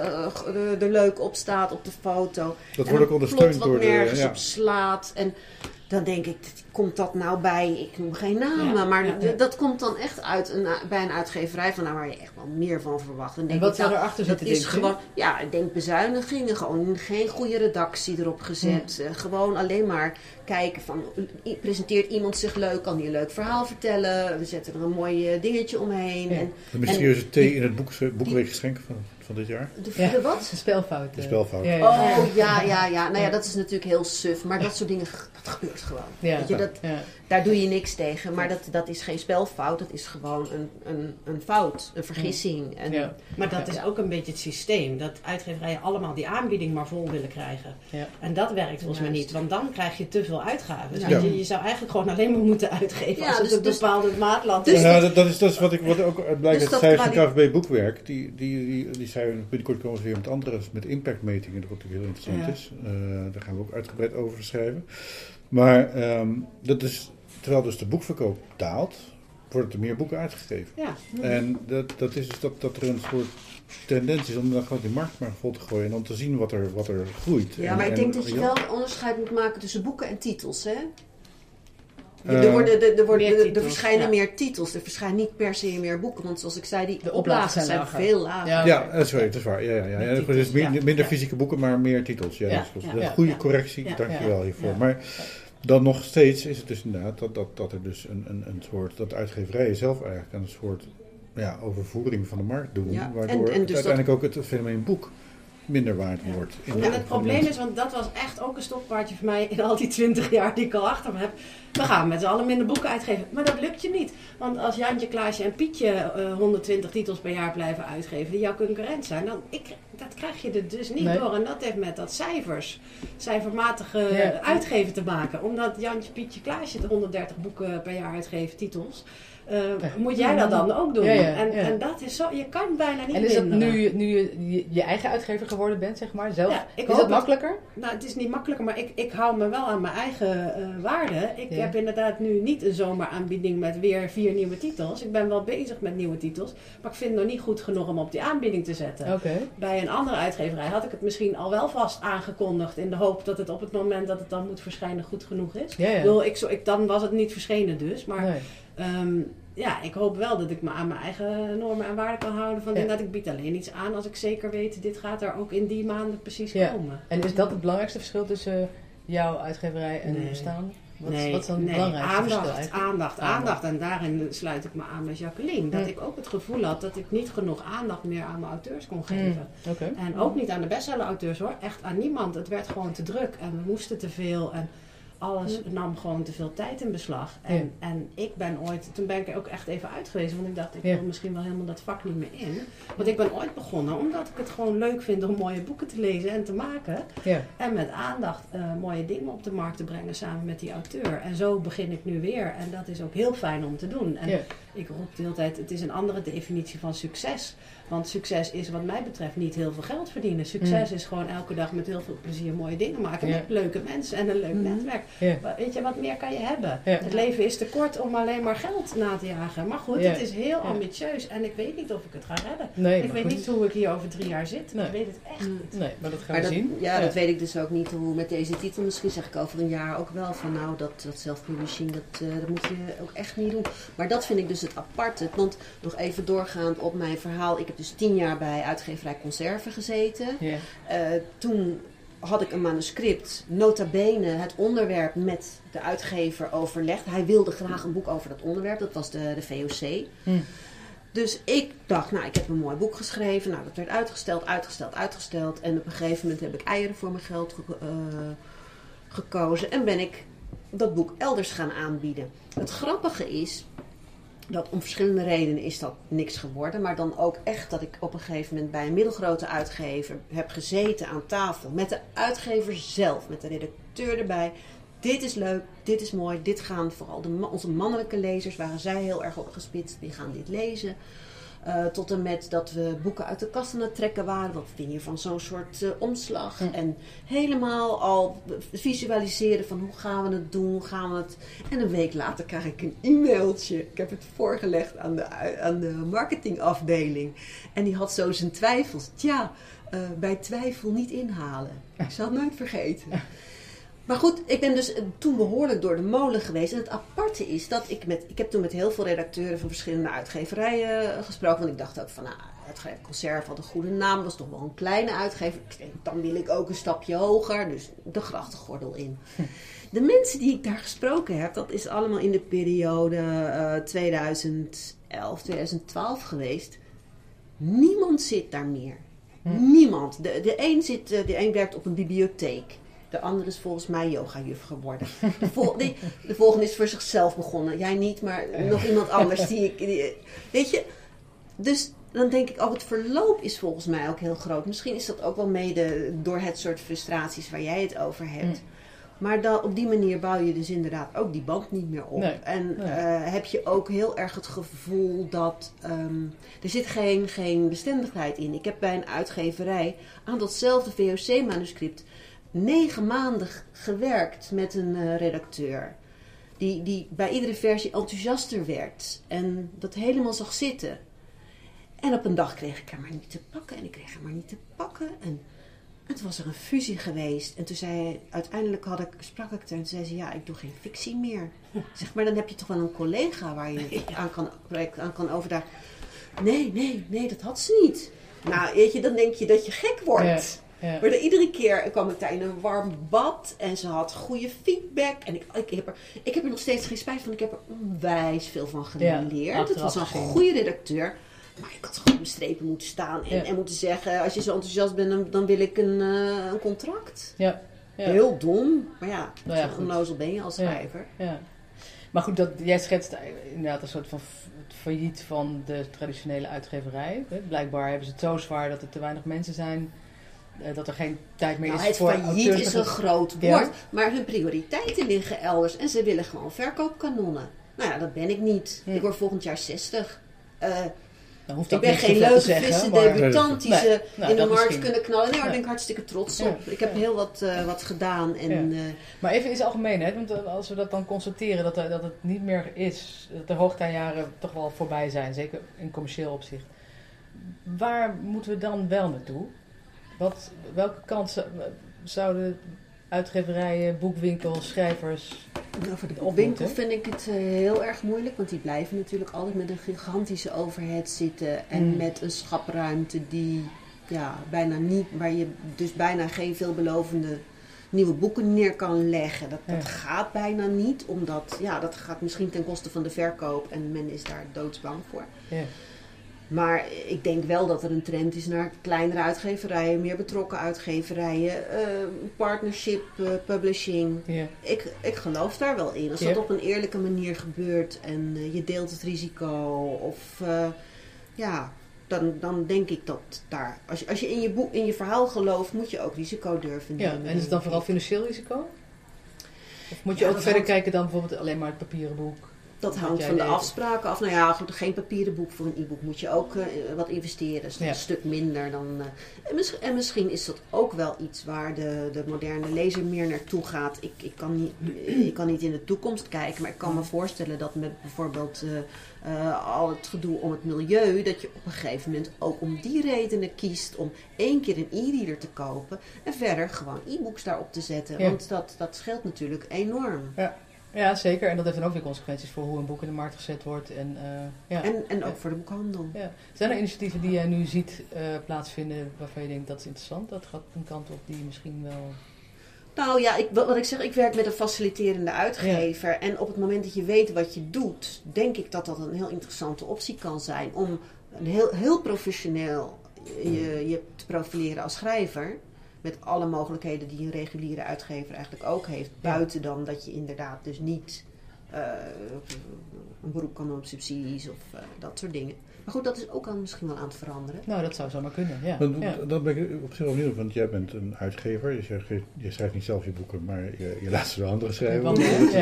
er leuk op staat op de foto. Dat En wordt ook een ondersteund plot wat door de... nergens Ja. op slaat. En dan denk ik, komt dat nou bij, ik noem geen namen, Ja, maar ja. dat komt dan echt uit bij een uitgeverij van waar je echt wel meer van verwacht. Dan en denk wat ik, zou nou, erachter dat zitten, is denk je? gewoon, ja, ik denk bezuinigingen, gewoon geen goede redactie erop gezet. Gewoon alleen maar kijken van, presenteert iemand zich leuk, kan hij een leuk verhaal vertellen, we zetten er een mooi dingetje omheen. Ja. En De mysterieuze thee in het boekweekgeschenk van dit jaar. de wat? De spelfout. De spelfout. Ja. Oh, ja. Nou ja, dat is natuurlijk heel suf. Maar dat soort dingen, dat gebeurt gewoon. Ja. Weet je, Ja. daar doe je niks tegen. Maar dat is geen spelfout. Dat is gewoon een fout. Een vergissing. En, Ja. Maar dat is ook een beetje het systeem. Dat uitgeverijen allemaal die aanbieding maar vol willen krijgen. Ja. En dat werkt volgens mij Juist. niet. Want dan krijg je te veel uitgaven. Ja. Dus je zou eigenlijk gewoon alleen maar moeten uitgeven Ja, als het dus- een bepaalde maatland dus is. Nou, dat is wat ook uit blijkt Dus uit dat cijfers van KVB Boekwerk. Die cijfers, binnenkort komen ze weer met andere, met impactmetingen, wat natuurlijk heel interessant Ja. is. Daar gaan we ook uitgebreid over schrijven. Maar dat is, terwijl dus de boekverkoop daalt, worden er meer boeken uitgegeven. Ja. En dat is dus dat er een soort tendens is om dan gewoon die markt maar vol te gooien en om te zien wat er groeit. Ja, En- maar ik en- denk dat je ja. wel een onderscheid moet maken tussen boeken en titels, hè? Eh, Er verschijnen meer titels. Er verschijnen niet per se meer boeken. Want zoals ik zei, die De oplagen oplagen zijn lager. veel lager. Ja. Ja, sorry, dat is waar. Ja. Met Dus titels, minder ja. fysieke boeken, maar meer titels. Ja, Ja, dat is goed. ja, Een goede ja. correctie, Ja. dankjewel hiervoor. Ja. Maar dan nog steeds is het dus inderdaad dat er dus een soort, dat uitgeverijen zelf eigenlijk een soort overvoering van de markt doen. Ja, Waardoor en dus uiteindelijk ook het fenomeen boek minder waard wordt. En het probleem is, want dat was echt ook een stokpaardje voor mij in al die 20 jaar die ik al achter me heb. We gaan met z'n allen minder boeken uitgeven. Maar dat lukt je niet. Want als Jantje, Klaasje en Pietje 120 titels per jaar blijven uitgeven die jouw concurrent zijn, dat krijg je er dus niet Nee. door. En dat heeft met dat cijfermatige Ja. uitgeven te maken. Omdat Jantje, Pietje, Klaasje de 130 boeken per jaar uitgeven, titels. Moet jij dat dan ook doen? Ja. En dat is zo, je kan bijna niet En is dat minderen. nu je je eigen uitgever geworden bent, zeg maar, zelf? Ja, ik is hoop dat het. makkelijker? Nou, het is niet makkelijker, maar ik hou me wel aan mijn eigen waarden. Ik Ja. heb inderdaad nu niet een zomeraanbieding met weer 4 nieuwe titels. Ik ben wel bezig met nieuwe titels, maar ik vind het nog niet goed genoeg om op die aanbieding te zetten. Oké. Bij een andere uitgeverij had ik het misschien al wel vast aangekondigd in de hoop dat het op het moment dat het dan moet verschijnen goed genoeg is. Ja, ja. Ik bedoel, dan was het niet verschenen dus, maar Nee. ik hoop wel dat ik me aan mijn eigen normen en waarden kan houden. Van Ja. inderdaad, ik bied alleen iets aan als ik zeker weet, dit gaat er ook in die maanden precies Ja. komen. En is dat het belangrijkste verschil tussen jouw uitgeverij en Nee. de bestaande? Wat is dan het belangrijkste verschil eigenlijk? Aandacht. En daarin sluit ik me aan met Jacqueline. Dat ik ook het gevoel had dat ik niet genoeg aandacht meer aan mijn auteurs kon geven. Okay. En ook niet aan de bestseller-auteurs hoor. Echt aan niemand. Het werd gewoon te druk en we moesten te veel. En alles nam gewoon te veel tijd in beslag. En ik ben toen ben ik er ook echt even uit geweest. Want ik dacht, ik wil misschien wel helemaal dat vak niet meer in. Want ik ben ooit begonnen omdat ik het gewoon leuk vind om mooie boeken te lezen en te maken. Ja. En met aandacht mooie dingen op de markt te brengen samen met die auteur. En zo begin ik nu weer. En dat is ook heel fijn om te doen. En ik roep de hele tijd, het is een andere definitie van succes. Want succes is wat mij betreft niet heel veel geld verdienen. Succes is gewoon elke dag met heel veel plezier mooie dingen maken. Met leuke mensen en een leuk netwerk. Weet je, wat meer kan je hebben? Het leven is te kort om alleen maar geld na te jagen. Maar goed, het is heel ambitieus. En ik weet niet of ik het ga redden. Ik weet niet hoe ik hier over 3 jaar zit. Ik weet het echt niet. Nee, maar dat gaan we zien. Ja, dat weet ik dus ook niet hoe met deze titel. Misschien zeg ik over een jaar ook wel van nou, dat self-publishing, dat moet je ook echt niet doen. Maar dat vind ik dus het aparte. Want nog even doorgaand op mijn verhaal. Ik heb dus 10 jaar bij uitgeverij Conserve gezeten. Toen had ik een manuscript, nota bene het onderwerp met de uitgever overlegd. Hij wilde graag een boek over dat onderwerp, dat was de VOC. Dus ik dacht, nou, ik heb een mooi boek geschreven. Nou, dat werd uitgesteld. En op een gegeven moment heb ik eieren voor mijn geld gekozen. En ben ik dat boek elders gaan aanbieden. Het grappige is dat om verschillende redenen is dat niks geworden. Maar dan ook echt dat ik op een gegeven moment bij een middelgrote uitgever heb gezeten aan tafel. Met de uitgever zelf, met de redacteur erbij. Dit is leuk, dit is mooi, dit gaan vooral onze mannelijke lezers, waren zij heel erg opgespitst, die gaan dit lezen. Tot en met dat we boeken uit de kast aan het trekken waren. Wat vind je van zo'n soort omslag? En helemaal al visualiseren van hoe gaan we het doen? En een week later krijg ik een e-mailtje. Ik heb het voorgelegd aan de marketingafdeling. En die had zo zijn twijfels. Bij twijfel niet inhalen. Ik zal het nooit vergeten. Maar goed, ik ben dus toen behoorlijk door de molen geweest. En het aparte is dat ik heb toen met heel veel redacteuren van verschillende uitgeverijen gesproken. Want ik dacht ook van, uitgever Conserve had een goede naam. Was toch wel een kleine uitgever. Ik denk, dan wil ik ook een stapje hoger. Dus de grachtengordel in. De mensen die ik daar gesproken heb, dat is allemaal in de periode 2011, 2012 geweest. Niemand zit daar meer. Niemand. De een werkt op een bibliotheek. De andere is volgens mij yogajuf geworden. De volgende is voor zichzelf begonnen. Jij niet, maar nog iemand anders. Weet je? Dus dan denk ik, het verloop is volgens mij ook heel groot. Misschien is dat ook wel mede door het soort frustraties waar jij het over hebt. Maar op die manier bouw je dus inderdaad ook die band niet meer op. Nee, en heb je ook heel erg het gevoel dat er zit geen bestendigheid in. Ik heb bij een uitgeverij aan datzelfde VOC-manuscript 9 maanden gewerkt met een redacteur. Die bij iedere versie enthousiaster werd. En dat helemaal zag zitten. En op een dag kreeg ik haar maar niet te pakken. En ik kreeg haar maar niet te pakken. En toen was er een fusie geweest. En toen uiteindelijk sprak ik er. En toen zei ze, ik doe geen fictie meer. Zeg maar, dan heb je toch wel een collega waar je het aan kan overdragen. Nee, dat had ze niet. Nou, weet je, dan denk je dat je gek wordt. Ja. Maar iedere keer kwam ik daar in een warm bad en ze had goede feedback. En ik heb er nog steeds geen spijt van. Ik heb er onwijs veel van geleerd. Het was een goede redacteur. Maar ik had gewoon strepen moeten staan en moeten zeggen, als je zo enthousiast bent, dan wil ik een contract. Ja. Heel dom. Maar onnozel ben je als schrijver. Ja. Maar goed, jij schetst inderdaad een soort van het failliet van de traditionele uitgeverij. Blijkbaar hebben ze het zo zwaar dat er te weinig mensen zijn. Dat er geen tijd meer is voor auteurs. Het failliet is een groot woord, maar hun prioriteiten liggen elders en ze willen gewoon verkoopkanonnen. Nou ja, dat ben ik niet. Ik word volgend jaar 60. Ik ben geen leuke, frisse debutant die ze in de markt kunnen knallen. Nee, daar ben ik hartstikke trots op. Ik heb heel wat gedaan. Maar even in het algemeen, hè? Want als we dat dan constateren, dat het niet meer is, dat de hoogtijjaren toch wel voorbij zijn, zeker in commercieel opzicht. Waar moeten we dan wel naartoe? Welke kansen zouden uitgeverijen, boekwinkels, schrijvers... Voor de boekwinkel vind ik het heel erg moeilijk. Want die blijven natuurlijk altijd met een gigantische overhead zitten. En met een schapruimte die bijna niet... Waar je dus bijna geen veelbelovende nieuwe boeken neer kan leggen. Dat gaat bijna niet, omdat dat gaat misschien ten koste van de verkoop en men is daar doodsbang voor. Ja. Maar ik denk wel dat er een trend is naar kleinere uitgeverijen, meer betrokken uitgeverijen, partnership, publishing. Ja. Ik geloof daar wel in. Als dat op een eerlijke manier gebeurt en je deelt het risico dan denk ik dat daar, als je in je verhaal gelooft, moet je ook risico durven nemen. Ja, en is het dan vooral financieel risico? Of moet je ook verder kijken dan bijvoorbeeld alleen maar het papieren boek? Dat hangt van de afspraken af. Nou ja, goed, geen papieren boek voor een e-book moet je ook wat investeren. Dus een stuk minder dan. En misschien is dat ook wel iets waar de moderne lezer meer naartoe gaat. Ik kan niet in de toekomst kijken, maar ik kan me voorstellen dat met bijvoorbeeld al het gedoe om het milieu, dat je op een gegeven moment ook om die redenen kiest om 1 keer een e-reader te kopen en verder gewoon e-books daarop te zetten. Ja. Want dat scheelt natuurlijk enorm. Ja. Ja, zeker. En dat heeft dan ook weer consequenties voor hoe een boek in de markt gezet wordt. En ook voor de boekhandel. Ja. Zijn er initiatieven die jij nu ziet plaatsvinden waarvan je denkt dat is interessant? Dat gaat een kant op die misschien wel... Nou ja, wat ik zeg, ik werk met een faciliterende uitgever. Ja. En op het moment dat je weet wat je doet, denk ik dat dat een heel interessante optie kan zijn. Om een heel professioneel je te profileren als schrijver. Met alle mogelijkheden die een reguliere uitgever eigenlijk ook heeft. Buiten dan dat je inderdaad dus niet een beroep kan doen op subsidies of dat soort dingen. Maar goed, dat is ook al misschien wel aan het veranderen. Nou, dat zou zomaar kunnen, ja. Dat ben ik op zich wel benieuwd, want jij bent een uitgever. Dus je schrijft niet zelf je boeken, maar je laat ze door anderen schrijven.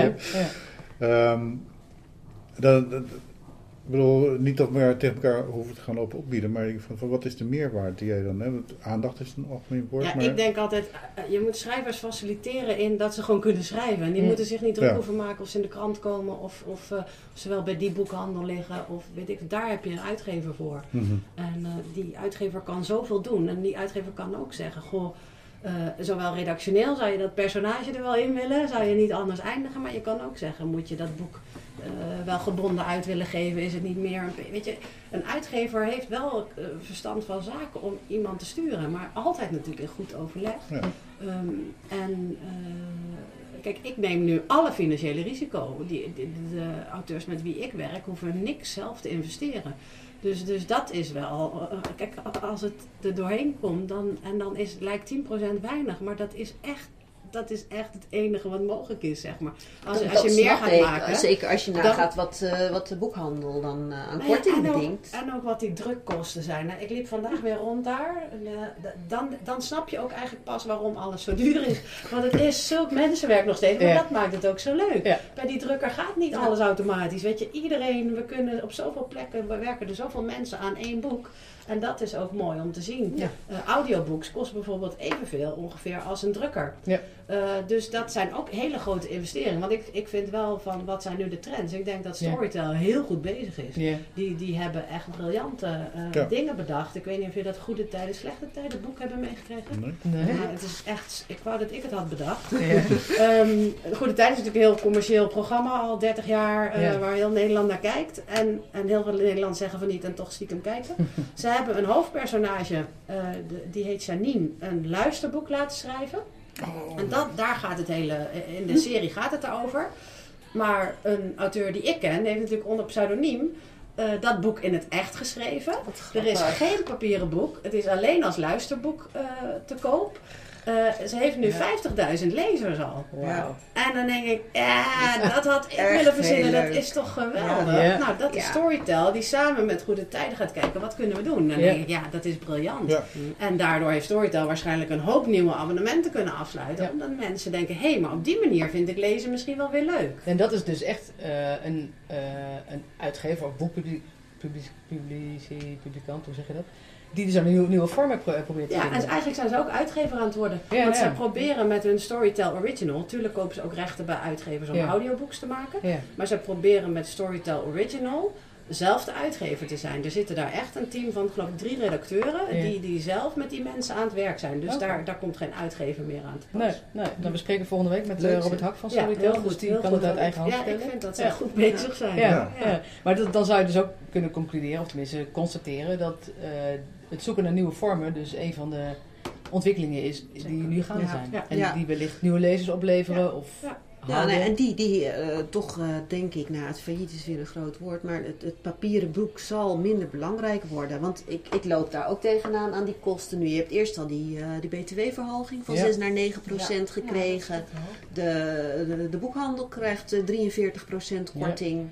Ik bedoel, niet dat we tegen elkaar hoeven te gaan lopen opbieden, maar van wat is de meerwaarde die jij dan hebt? Aandacht is een algemeen woord. Ja, maar ik denk altijd, je moet schrijvers faciliteren in dat ze gewoon kunnen schrijven. En die moeten zich niet druk hoeven maken of ze in de krant komen of ze wel bij die boekhandel liggen. Of weet ik, daar heb je een uitgever voor. Mm-hmm. En die uitgever kan zoveel doen. En die uitgever kan ook zeggen, goh, zowel redactioneel zou je dat personage er wel in willen, zou je niet anders eindigen. Maar je kan ook zeggen, moet je dat boek wel gebonden uit willen geven, is het niet meer... Weet je, een uitgever heeft wel verstand van zaken om iemand te sturen, maar altijd natuurlijk in goed overleg. Ja. Kijk, ik neem nu alle financiële risico. De auteurs met wie ik werk hoeven niks zelf te investeren. Dus dat is wel... kijk, als het er doorheen komt, dan lijkt 10% weinig, maar dat is echt het enige wat mogelijk is, zeg maar. Als je meer gaat maken... Zeker als je nagaat wat de boekhandel dan aan korting bedingt. En ook wat die drukkosten zijn. Nou, ik liep vandaag weer rond daar. Dan snap je ook eigenlijk pas waarom alles zo duur is. Want het is zulk mensenwerk nog steeds. Maar dat maakt het ook zo leuk. Ja. Bij die drukker gaat niet alles automatisch. Weet je, we kunnen op zoveel plekken... We werken er zoveel mensen aan 1 boek. En dat is ook mooi om te zien. Ja. Audiobooks kosten bijvoorbeeld evenveel ongeveer als een drukker. Ja. Dus dat zijn ook hele grote investeringen. Want ik vind wel van, wat zijn nu de trends? Ik denk dat Storytel heel goed bezig is. Ja. Die hebben echt briljante dingen bedacht. Ik weet niet of je dat Goede Tijden, Slechte Tijden boek hebben meegekregen. Nee. Het is echt, ik wou dat ik het had bedacht. Ja. Goede Tijden is natuurlijk een heel commercieel programma, al 30 jaar, waar heel Nederland naar kijkt. En heel veel Nederlanders zeggen van niet en toch stiekem kijken. Ze hebben een hoofdpersonage, die heet Janine, een luisterboek laten schrijven. Oh. En daar gaat het in de serie gaat het daarover. Maar een auteur die ik ken, die heeft natuurlijk onder pseudoniem dat boek in het echt geschreven. Er is geen papieren boek, het is alleen als luisterboek te koop. Ze heeft nu 50.000 lezers al. Wow. En dan denk ik, dat had ik willen verzinnen. Dat is toch geweldig. Ja. Nou, dat is Storytel die samen met Goede Tijden gaat kijken, wat kunnen we doen? Dan denk ik, dat is briljant. Ja. En daardoor heeft Storytel waarschijnlijk een hoop nieuwe abonnementen kunnen afsluiten. Ja. Omdat mensen denken, maar op die manier vind ik lezen misschien wel weer leuk. En dat is dus echt een uitgever of boekpublicant, hoe zeg je dat? Die dus een nieuwe vorm probeert te vinden. Ja, en eigenlijk zijn ze ook uitgever aan het worden. Ja, want zij proberen met hun Storytel Original... Natuurlijk kopen ze ook rechten bij uitgevers om audiobooks te maken. Ja. Maar zij proberen met Storytel Original zelf de uitgever te zijn. Er zitten daar echt een team van, geloof ik, 3 redacteuren... die zelf met die mensen aan het werk zijn. Dus daar komt geen uitgever meer aan te pas. Nee. Dan bespreken we volgende week met Robert Hak van Storytel. Heel goed, dus die kan het uit eigen hand stellen. Ja, ik vind dat ze goed bezig zijn. Ja. Maar dan zou je dus ook kunnen concluderen... of tenminste constateren dat... het zoeken naar nieuwe vormen, dus een van de ontwikkelingen is die nu gaande Ja. zijn. Ja. En die wellicht nieuwe lezers opleveren Ja. of Ja. Ja, houden. nee, en die toch denk ik, het failliet is weer een groot woord, maar het papieren boek zal minder belangrijk worden. Want ik loop daar ook tegenaan aan die kosten nu. Je hebt eerst al die btw-verhoging van 6 naar 9% gekregen. Ja, dat is De boekhandel krijgt 43% korting.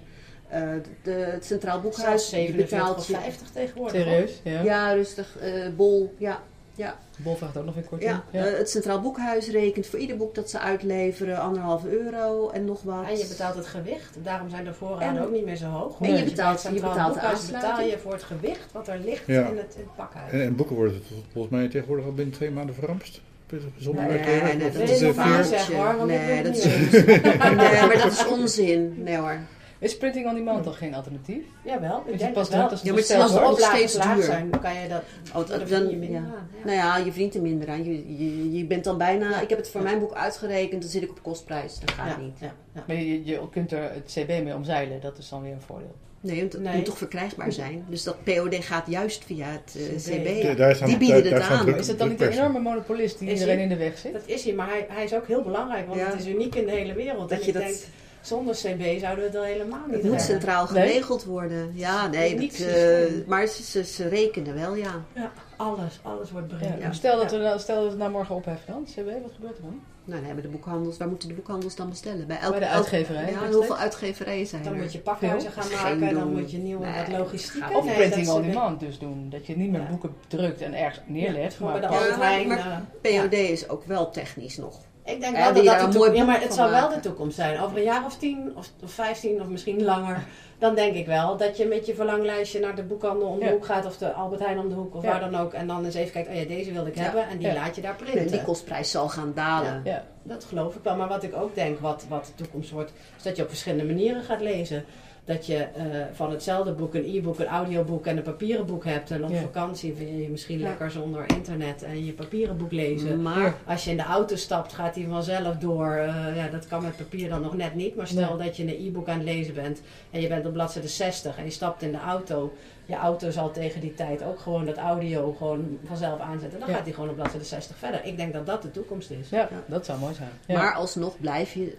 Het Centraal Boekhuis zelfs betaalt 47,50 tegenwoordig. Serieus? Ja. Ja, rustig. Bol, ja. Bol vraagt ook nog weer korting. Ja, het Centraal Boekhuis rekent voor ieder boek dat ze uitleveren €1,5 en nog wat. En je betaalt het gewicht. Daarom zijn de voorraden En- ook niet meer zo hoog. en je Want betaalt- bij je het Centraal betaalt de Boekhuis betaal aansluiting. je voor het gewicht wat er ligt Ja. in het pakhuis. En boeken worden volgens mij tegenwoordig al binnen 2 maanden verramst. Zonder Nee, uitgever. nee, Of dat het is Wil je een nog meer veer- zeggen, hoor, want ik Nee, weet dat het is niet. onzin. Nee, maar dat is onzin. Nee hoor. Is printing on demand dan geen alternatief? Jawel, ik je denk pas het wel. net als Ja, maar het is bestel nog wordt? steeds Oplages laag duur. zijn, dan kan je dat... Oh, dan dan- verdien je minder ja. aan. Ja. Nou ja, je verdient er minder aan. Je bent dan bijna... Ik heb het voor mijn boek uitgerekend, dan zit ik op kostprijs. Dat gaat Ja, niet. ja, ja. Maar je kunt er het CB mee omzeilen, dat is dan weer een voordeel. Nee, het Nee. moet toch verkrijgbaar zijn. Dus dat POD gaat juist via het CB. Ja. Daar staan- Die bieden het daar staan aan. druk- Is het dan niet een drukpersen. enorme monopolist die Is iedereen hij? in de weg zit? Dat is hij, maar hij is ook heel belangrijk, want Ja. het is uniek in de hele wereld. Dat en je ik dat- denk, zonder CB zouden we het al helemaal niet Het moet redden. centraal Nee? geregeld worden. Ja, nee. Uniek Dat, systeem. maar ze rekenen wel, ja. Ja, alles wordt Ja. berekend. Maar Stel dat we het nou morgen opheffen dan, CB, wat gebeurt er dan? Nou, dan hebben de boekhandels... Waar moeten de boekhandels dan bestellen? Bij Bij de uitgeverij. Ja, hoeveel uitgeverijen zijn Dan er? moet je pakhuizen gaan Geen maken, dan doen. moet je nieuwe Nee, wat logistiek. gaat Of Nee, printing dat on is- demand dus doen. Dat je niet meer Ja. boeken drukt en ergens neerlegt. Gewoon bij maar de Ja, Albert Heijn. maar POD is ook wel technisch nog. Ik denk Ja, wel wil je dat daar dat een de mooi toekomst... Ja, maar boek het van zal wel maken? de toekomst zijn. Over een jaar of 10 of 15 of misschien langer. Dan denk ik wel dat je met je verlanglijstje naar de boekhandel om de Ja. hoek gaat. Of de Albert Heijn om de hoek of Ja. waar dan ook. En dan eens even kijkt, oh ja, deze wilde ik Ja. hebben. En die Ja. laat je daar En printen. die kostprijs zal gaan dalen. Ja. Dat geloof ik wel. Maar wat ik ook denk, wat de toekomst wordt, is dat je op verschillende manieren gaat lezen. Dat je van hetzelfde boek een e-book, een audioboek en een papieren boek hebt. En op Ja. vakantie vind je misschien Ja. lekker zonder internet en je papieren boek lezen. Maar Als je in de auto stapt, gaat hij vanzelf door. Ja, dat kan met papier dan nog net niet. Maar stel dat je een e-book aan het lezen bent en je bent op bladzijde 60 en je stapt in de auto. Je auto zal tegen die tijd ook gewoon dat audio gewoon vanzelf aanzetten. Dan Ja. gaat hij gewoon op bladzijde 60 verder. Ik denk dat dat de toekomst is. Ja, dat zou mooi zijn. Ja. Maar alsnog blijf je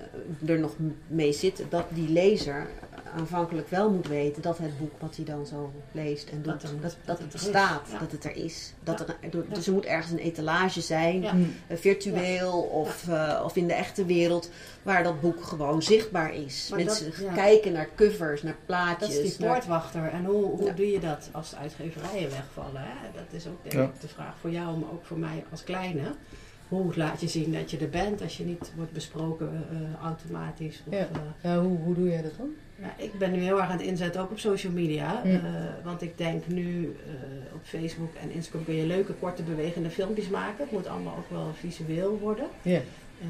er nog mee zitten dat die lezer aanvankelijk wel moet weten dat het boek wat hij dan zo leest en doet, Dat er- dat dat het het er bestaat, is. Ja. dat het er is. Ja. Dus er moet ergens een etalage zijn, Ja. virtueel of in de echte wereld, waar dat boek gewoon zichtbaar is. Maar Mensen dat- ja. kijken naar covers, naar Dat plaatjes. is die naar- poortwachter. En hoe Ja. doe je dat als de uitgeverijen wegvallen? Hè? Dat is ook denk Ja. ik de vraag voor jou, maar ook voor mij als kleine. Hoe laat je zien dat je er bent als je niet wordt besproken automatisch? Of, Ja. Ja, hoe doe jij dat dan? ja, ik ben nu heel erg aan het inzetten, ook op social media. Mm. Want ik denk nu op Facebook en Instagram kun je leuke, korte, bewegende filmpjes maken. Het moet allemaal ook wel visueel worden. Ja.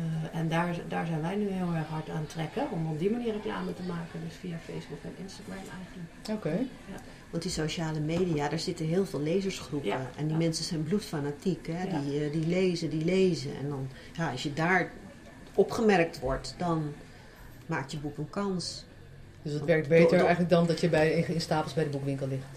En daar zijn wij nu heel erg hard aan het trekken om op die manier reclame te maken. Dus via Facebook en Instagram eigenlijk. Oké. Want die sociale media, daar zitten heel veel lezersgroepen. Ja. En die Ja. mensen zijn bloedfanatiek. Hè? Ja. Die lezen. En dan, ja, als je daar opgemerkt wordt, dan maakt je boek een kans. Dus het werkt beter Door- eigenlijk dan dat je in stapels bij de boekwinkel ligt.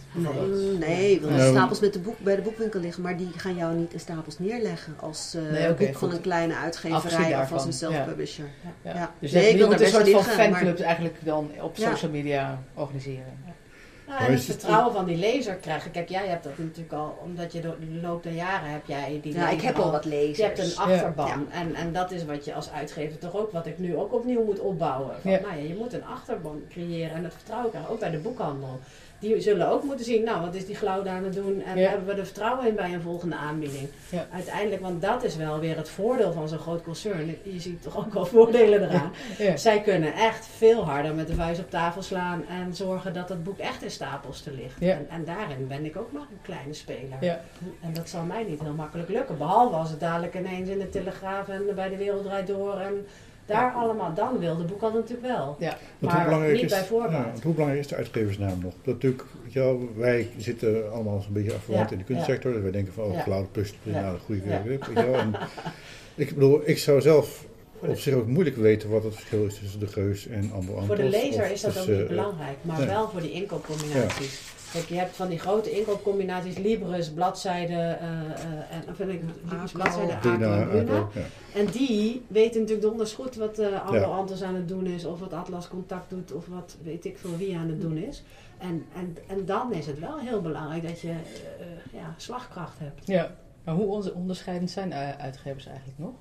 Nee, want Ja. stapels met de bij de boekwinkel liggen, maar die gaan jou niet in stapels neerleggen als Nee, oké, boek van goed. een kleine Afgezien uitgeverij of daarvan, als een self-publisher. Ja. Ja. Dus Nee, je ik wil moet daar een best soort van liggen, maar- fanclubs eigenlijk dan op Ja. social media organiseren. Nou, Maar en is het het- vertrouwen van die lezer krijgen. Kijk, jij hebt dat natuurlijk al, omdat je door de loop der jaren heb jij die Ja, ik lezer heb al wat lezers. Je hebt een achterban. Ja. En dat is wat je als uitgever toch ook, wat ik nu ook opnieuw moet opbouwen. Van, Ja. nou ja, je moet een achterban creëren en het vertrouwen krijgen, ook bij de boekhandel. Die zullen ook moeten zien, nou wat is die Glaude aan het doen en Ja. hebben we er vertrouwen in bij een volgende aanbieding. Ja. Uiteindelijk, want dat is wel weer het voordeel van zo'n groot concern. Je ziet toch ook wel voordelen eraan. Ja. Zij kunnen echt veel harder met de vuist op tafel slaan en zorgen dat het boek echt in stapels te ligt. Ja. En daarin ben ik ook maar een kleine speler. Ja. En dat zal mij niet heel makkelijk lukken. Behalve als het dadelijk ineens in de Telegraaf en bij de Wereld Draait Door en daar allemaal. Dan wil de boekhandel natuurlijk wel. Ja. Want Maar niet bij ja, voorbaat. want hoe belangrijk is de uitgeversnaam nog? Dat natuurlijk, weet je wel, wij zitten allemaal zo'n beetje afverwant Ja, in de kunstsector. Dus wij denken van, Ja. Glaude plus, Ja. nou, goede Ja. weet je wel. En ik bedoel, ik zou zelf op zich ook moeilijk weten wat het verschil is tussen de Geus en Ambo Ambos. Voor de lezer Of is dat ook tussen, niet belangrijk, maar nee. wel voor die inkoopcombinaties. Kijk, je hebt van die grote inkoopcombinaties, Libris, bladzijde, en dan vind ik bladzijde Dina, Aco en Bruna. Aco, ja. En die weten natuurlijk donders goed wat Ambo Ja. Antos aan het doen is, of wat Atlas Contact doet, of wat weet ik veel wie aan het doen is. En dan is het wel heel belangrijk dat je slagkracht hebt. Ja, maar hoe onderscheidend zijn uitgevers eigenlijk nog?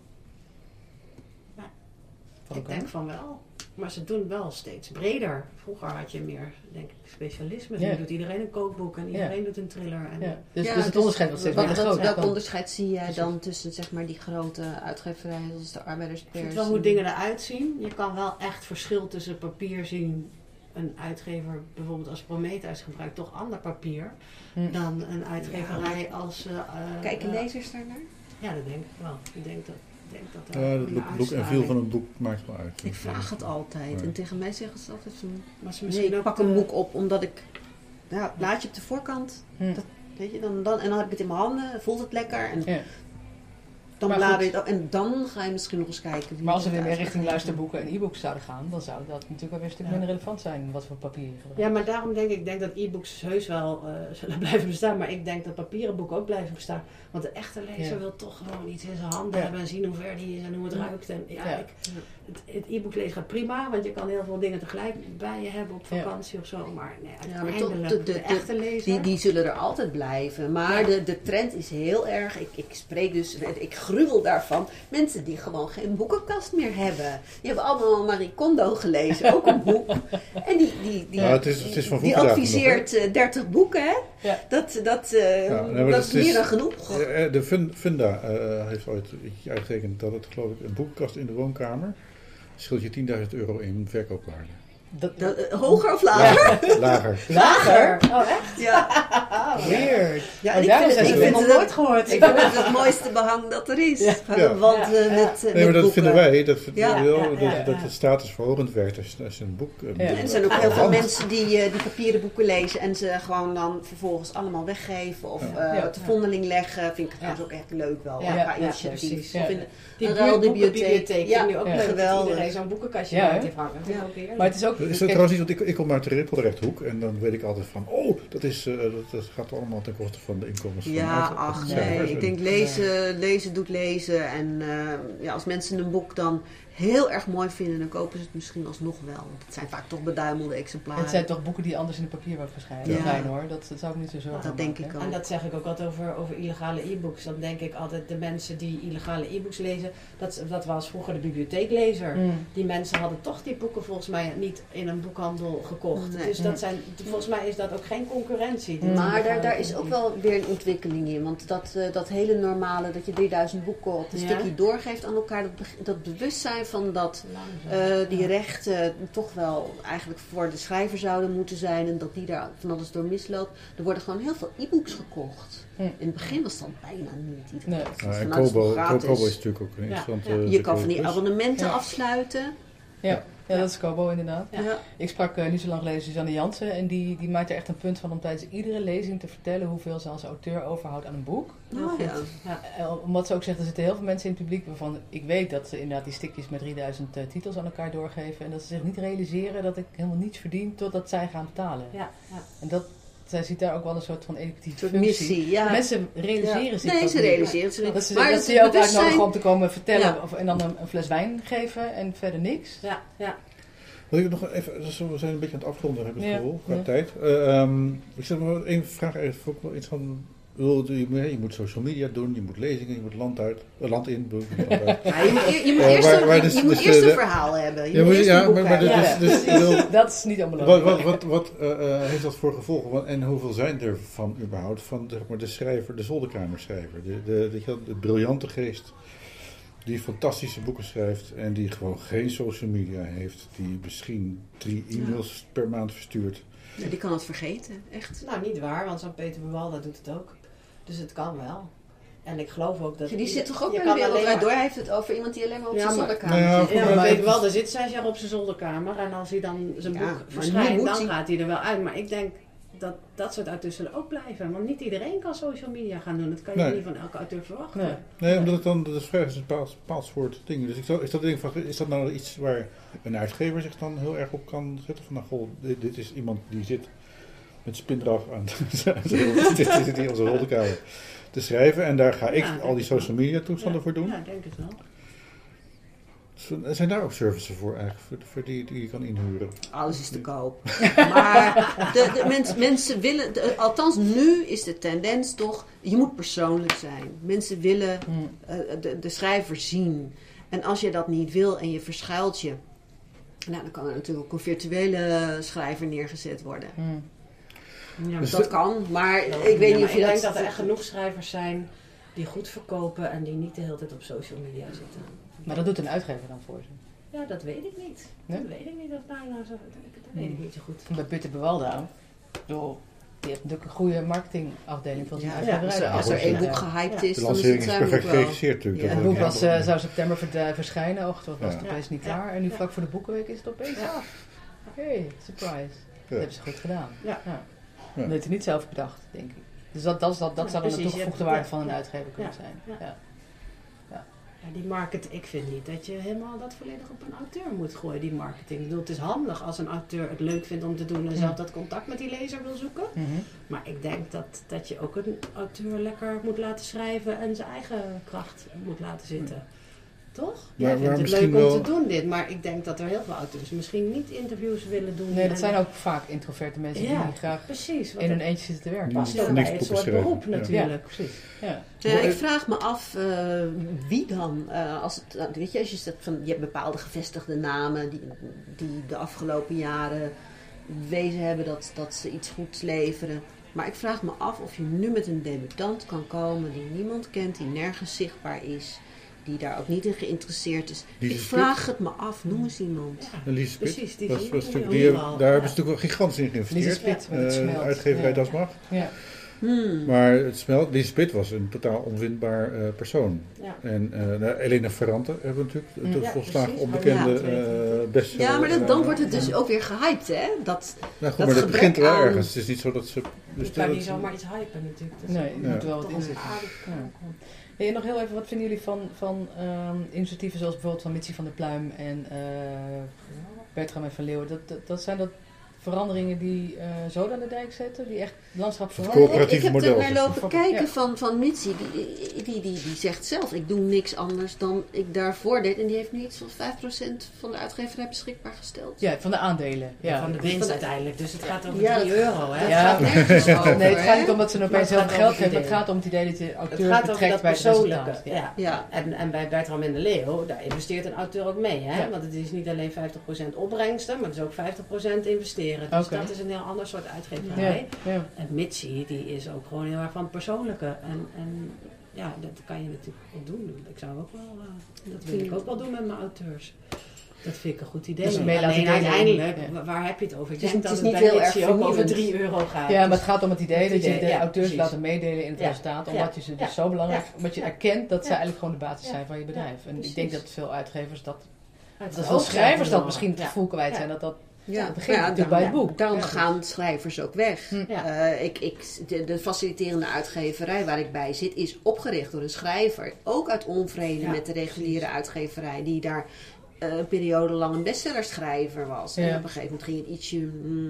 Ja, Van Ik elkaar? denk van wel. Maar ze doen wel steeds breder. Vroeger had je meer, denk ik, specialisme. Ja. Nu doet iedereen een kookboek en iedereen doet een thriller. En Ja. Dus Ja, het onderscheid wordt steeds minder groot. Welk Dan- onderscheid zie jij dan tussen zeg maar, die grote uitgeverijen zoals de ik Arbeiderspers? vind wel hoe dingen eruit zien. Je kan wel echt verschil tussen papier zien. Een uitgever bijvoorbeeld als Prometheus gebruikt toch ander papier dan een uitgeverij als... Kijken lezers daarnaar? Ja, dat denk ik wel. Ik denk dat Ja, het look en feel van een boek maakt wel uit. Ik vraag het altijd. Ja. En tegen mij zeggen ze altijd van... Maar ze Nee, misschien ik ook pak een boek op omdat ik... Ja, het blaadje op de voorkant. Dat, weet je, en dan heb ik het in mijn handen. Voelt het lekker. En Ja. dan Maar blader je goed. het op. En dan ga je misschien nog eens kijken. wie Maar als we het weer meer richting uitgegeven luisterboeken en e-books zouden gaan, dan zou dat natuurlijk wel weer een stuk Ja. minder relevant zijn wat voor papier je gebruikt. Ja, maar daarom denk ik dat e-books heus wel zullen blijven bestaan. Maar ik denk dat papieren boeken ook blijven bestaan. Want de echte lezer wil toch gewoon iets in zijn handen Ja. hebben en zien hoe ver die is en hoe het ruikt. En Ja. het e-book lezen gaat prima, want je kan heel veel dingen tegelijk bij je hebben op Ja. vakantie of zo. Maar nee, Ja, maar uiteindelijk toch, de echte lezer. Die zullen er altijd blijven. Maar Ja. de trend is heel erg. Ik spreek dus, ik gruwel daarvan. Mensen die gewoon geen boekenkast meer hebben. Die hebben allemaal Marie Kondo gelezen, ook een boek. En Ja, het is van die vroeger adviseert 30 boeken, hè? Ja. Dat nee, maar dat dat is meer is- dan genoeg. De Funda heeft ooit iets uitgerekend dat het, geloof ik, een boekenkast in de woonkamer scheelt je €10.000 in verkoopwaarde. Hoger of lager? Ja, lager. Lager? Oh, echt? Ja. Weird. Ja, Oh, ik daarom vind zijn het, ze ik nog vind nooit het, gehoord. ik vind het mooiste behang dat er is. Ja. Ja. Want Ja. met Nee, maar dat boeken. vinden wij, dat Ja. het statusverhogend werkt als je een boek... Ja. En er zijn ook heel veel mensen die papieren boeken lezen en ze gewoon dan vervolgens allemaal weggeven of Ja. te vondeling leggen. Vind ik trouwens ook echt leuk wel. Ja, Qua ja, initiatief. precies. Of Ja. in Die een ruilbibliotheek. buurtboekenbibliotheek Ja, vind ik nu ook ja. leuk dat Geweldig. iedereen zo'n boekenkastje Ja, uit hè? heeft hangen. Dat vind ik ook heerlijk. Maar het is ook... Is dat kijk, trouwens niet, want ik kom uit de Rippeldrechthoek en dan weet ik altijd van, dat gaat allemaal ten koste van de inkomens van Ja, de ach schrijvers. nee. Ik denk lezen doet lezen. En als mensen een boek dan heel erg mooi vinden, dan kopen ze het misschien alsnog wel. Want het zijn vaak toch beduimelde exemplaren. het zijn toch boeken die anders in het papier worden verschijnen. Ja. Fijn hoor, dat zou ik niet zo zorgen Dat denk ik ook. En dat zeg ik ook altijd over illegale e-books. Dan denk ik altijd, de mensen die illegale e-books lezen, dat was vroeger de bibliotheeklezer. Die mensen hadden toch die boeken volgens mij niet in een boekhandel gekocht. Nee. Dus volgens mij is dat ook geen concurrentie. Maar daar is ook wel weer een ontwikkeling in. Want dat hele normale, dat je 3000 boeken op een Ja. stukje doorgeeft aan elkaar. Dat bewustzijn van dat die rechten toch wel eigenlijk voor de schrijver zouden moeten zijn. En dat die daar van alles door misloopt. Er worden gewoon heel veel e-books gekocht. In het begin was dat bijna niet. Nee. Ja, en Vanuit Kobo gratis. is natuurlijk ook een interessante... Je kan van die plus. abonnementen Ja. afsluiten. Ja, dat is Kobo inderdaad. Ja. Ik sprak niet zo lang geleden Suzanne Jansen en die maakt er echt een punt van om tijdens iedere lezing te vertellen hoeveel ze als auteur overhoudt aan een boek. Oh, ja. Omdat ze ook zegt, er zitten heel veel mensen in het publiek waarvan ik weet dat ze inderdaad die stikjes met 3000 titels aan elkaar doorgeven en dat ze zich niet realiseren dat ik helemaal niets verdien totdat zij gaan betalen. Ja. En zij ziet daar ook wel een soort van educatieve Een soort functie. missie. Ja. Mensen realiseren zich Nee, dat ze niet. realiseren het zich niet. Dat ze Maar je ook bewustzijn- uitnodigen om te komen vertellen Ja. en dan een fles wijn geven en verder niks. Ja. Wil ik nog even, dus we zijn een beetje aan het afronden, heb ik het Ja. gevoel, qua Ja. tijd. Ik zeg maar één vraag, eigenlijk ook wel iets van, je moet social media doen, je moet lezingen, je moet land in. Land uit. Ja, je moet waar eerst een verhaal hebben. Je moet eerst een boek hebben. Dat is niet onbelangrijk. Wat heeft dat voor gevolgen? En hoeveel zijn er van überhaupt? Van zeg maar, de schrijver, de zolderkamerschrijver, de briljante geest die fantastische boeken schrijft en die gewoon geen social media heeft, die misschien 3 e-mails per maand verstuurt. Ja, die kan het vergeten, echt. Nou, niet waar, want zo'n Peter Buwalda doet het ook. Dus het kan wel. En ik geloof ook dat... Die zit toch ook je bij kan de Wereld alleen Draait maar- Door. Hij heeft het over iemand die alleen maar op Ja, zijn maar- zolderkamer Nou ja, zit. Ja, maar Maar- Peter Buwalda zit 6 jaar op zijn zolderkamer en als hij dan zijn Ja, boek maar nu verschijnt, moet dan hij- gaat hij er wel uit. Maar ik denk dat soort auteurs zullen ook blijven. Want niet iedereen kan social media gaan doen. Dat kan je niet van elke auteur verwachten. Nee, omdat het dan, dat is een bepaald soort ding. Dus is dat nou iets waar een uitgever zich dan heel erg op kan zetten? Van, nou, goh, dit is iemand die zit met spindrag aan onze rollenkamer te schrijven. En daar ga ik al die social media toestanden voor doen. Ja, ik denk het wel. Zijn daar ook services voor eigenlijk, voor die je kan inhuren? Alles is te koop. Maar de mensen willen, althans nu is de tendens toch, je moet persoonlijk zijn. Mensen willen de schrijver zien. En als je dat niet wil en je verschuilt je, nou, dan kan er natuurlijk ook een virtuele schrijver neergezet worden. Ja, dus dat kan, maar ik weet niet of je Ik denk dat er echt genoeg schrijvers zijn die goed verkopen en die niet de hele tijd op social media zitten. Maar dat doet een uitgever dan voor ze? Ja, dat weet ik niet. Nee? Dat weet ik niet. Dat weet ik niet zo goed. Bij Putte Bewaldau, die heeft natuurlijk een goede marketingafdeling van zijn uitgeverij. Als er één boek gehyped is, de dan is lancering het is perfect geregisseerd natuurlijk. Ja, het boek zou september verschijnen. Och, toen was het opeens niet klaar. En nu vlak voor de boekenweek is het opeens af. Oké, surprise. Dat hebben ze goed gedaan. Ja. Dat heeft hij niet zelf bedacht, denk ik. Dus dat zou dan de toegevoegde waarde van een uitgever kunnen zijn. Ja, die marketing, ik vind niet dat je helemaal dat volledig op een auteur moet gooien, die marketing. Ik bedoel, het is handig als een auteur het leuk vindt om te doen en zelf dat contact met die lezer wil zoeken. Maar ik denk dat je ook een auteur lekker moet laten schrijven en zijn eigen kracht moet laten zitten. Toch? Jij vindt het leuk om te doen dit, maar ik denk dat er heel veel auteurs misschien niet interviews willen doen. Nee, dat zijn ook vaak introverte mensen die graag in hun eentje zitten te werken. Past ook bij het soort beroep natuurlijk. Ja, precies. Ik vraag me af wie dan, weet je, als je zegt van je hebt bepaalde gevestigde namen die de afgelopen jaren bewezen hebben dat ze iets goeds leveren. Maar ik vraag me af of je nu met een debutant kan komen die niemand kent, die nergens zichtbaar is, die daar ook niet in geïnteresseerd is. Ik vraag het me af, noem eens iemand. Lise Spit. Precies, daar hebben ze natuurlijk wel gigantisch in geïnvesteerd. Lise Spit, uitgeverij Das Mag. Ja. Maar het smelt. Lise Spit was een totaal onvindbaar persoon. Ja. En Elena Ferrante hebben we natuurlijk. De volslagen onbekende bestseller. Ja, maar dan wordt het dus ook weer gehyped, hè? Maar dat begint wel ergens. Het is niet zo dat ze... Je kan niet zomaar iets hypen natuurlijk. Dus nee, je moet wel wat inzetten. En nog heel even, wat vinden jullie van initiatieven zoals bijvoorbeeld van Mitsi van der Pluim en Bertram en Van Leeuwen? Dat zijn dat veranderingen die zo aan de dijk zetten, die echt het landschap veranderen? Ik heb er naar lopen kijken van Mitsi. Die zegt zelf, ik doe niks anders dan ik daarvoor deed. En die heeft nu iets van 5% van de uitgeverij beschikbaar gesteld. Ja, van de aandelen. Ja. Van de winst uiteindelijk. Dus het gaat over €3, hè? Nee, het gaat niet om dat ze opeens heel veel geld geven. Het gaat om het idee dat je auteur betrekt bij het resultaat. Ja. En bij Bertram en de Leeuw, daar investeert een auteur ook mee. Hè? Ja. Want het is niet alleen 50% opbrengsten, maar het is ook 50% investeren. Dus dat is een heel ander soort uitgeverij. Ja. En Mitsi, die is ook gewoon heel erg van het persoonlijke. En ja, dat kan je natuurlijk ook doen. Ik zou ook wel, dat wil ik ook wel doen met mijn auteurs. Dat vind ik een goed idee. Dus alleen uiteindelijk, waar heb je het over? Ik denk dat het niet bij heel Mitsi erg ook over €3 gaat. Ja, maar het gaat om het idee dat je de auteurs laten meedelen in het resultaat. Omdat je ze dus zo belangrijk, omdat je erkent dat ze eigenlijk gewoon de basis zijn van je bedrijf. En ik denk dat veel uitgevers dat veel schrijvers dat misschien het gevoel kwijt zijn dat dat begint natuurlijk bij het boek. Daarom gaan schrijvers ook weg. De faciliterende uitgeverij waar ik bij zit is opgericht door een schrijver. Ook uit onvrede met de reguliere uitgeverij die daar een periode lang een bestsellerschrijver was. En op een gegeven moment ging het ietsje...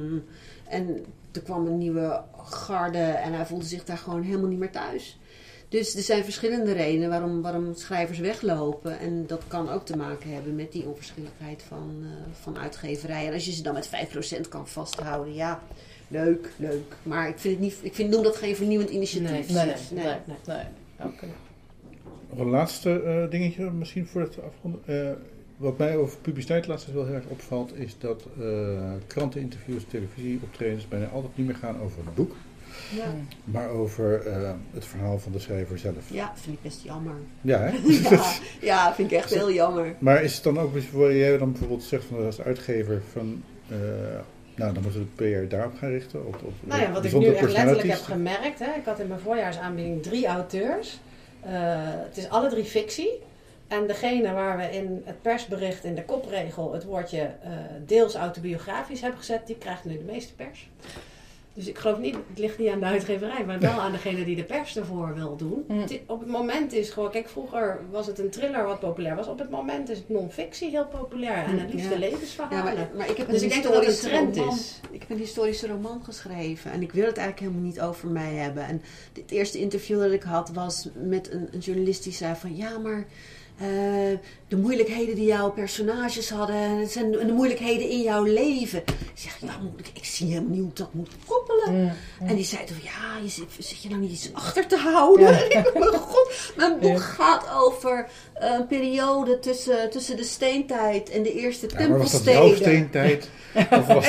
en er kwam een nieuwe garde en hij voelde zich daar gewoon helemaal niet meer thuis. Dus er zijn verschillende redenen waarom schrijvers weglopen. En dat kan ook te maken hebben met die onverschilligheid van uitgeverijen. En als je ze dan met 5% kan vasthouden, ja, leuk. Maar ik noem dat geen vernieuwend initiatief. Nee. Oké. Nog een laatste dingetje misschien voor het afronden. Wat mij over publiciteit laatst wel heel erg opvalt, is dat kranteninterviews, televisieoptredens bijna altijd niet meer gaan over het boek. Ja. Maar over het verhaal van de schrijver zelf. Ja, vind ik best jammer. Ja, hè? ja, vind ik echt heel jammer. Maar is het dan ook, waar jij dan bijvoorbeeld zegt van als uitgever van... dan moeten we het PR daarop gaan richten? Wat ik nu echt letterlijk heb gemerkt. Hè, ik had in mijn voorjaarsaanbieding 3 auteurs. Het is alle 3 fictie. En degene waar we in het persbericht in de kopregel het woordje deels autobiografisch hebben gezet, die krijgt nu de meeste pers. Dus ik geloof niet, het ligt niet aan de uitgeverij, maar wel aan degene die de pers ervoor wil doen. Op het moment is gewoon, kijk, vroeger was het een thriller wat populair was. Op het moment is het non-fictie heel populair en het liefste levensverhalen. Ja, maar ik heb dus ik denk dat dat een trend is. Ik heb een historische roman geschreven en ik wil het eigenlijk helemaal niet over mij hebben. En het eerste interview dat ik had was met een journalist die zei van ja, maar de moeilijkheden die jouw personages hadden, het zijn de moeilijkheden in jouw leven. Ik zeg, ja, ik zie helemaal niet hoe ik dat moet koppelen. En die zei toen, ja, zit je nou niet iets achter te houden? Ja. Ik denk, mijn god, mijn boek gaat over een periode tussen de steentijd en de eerste tempelsteden. Maar was dat jouw steentijd? Of was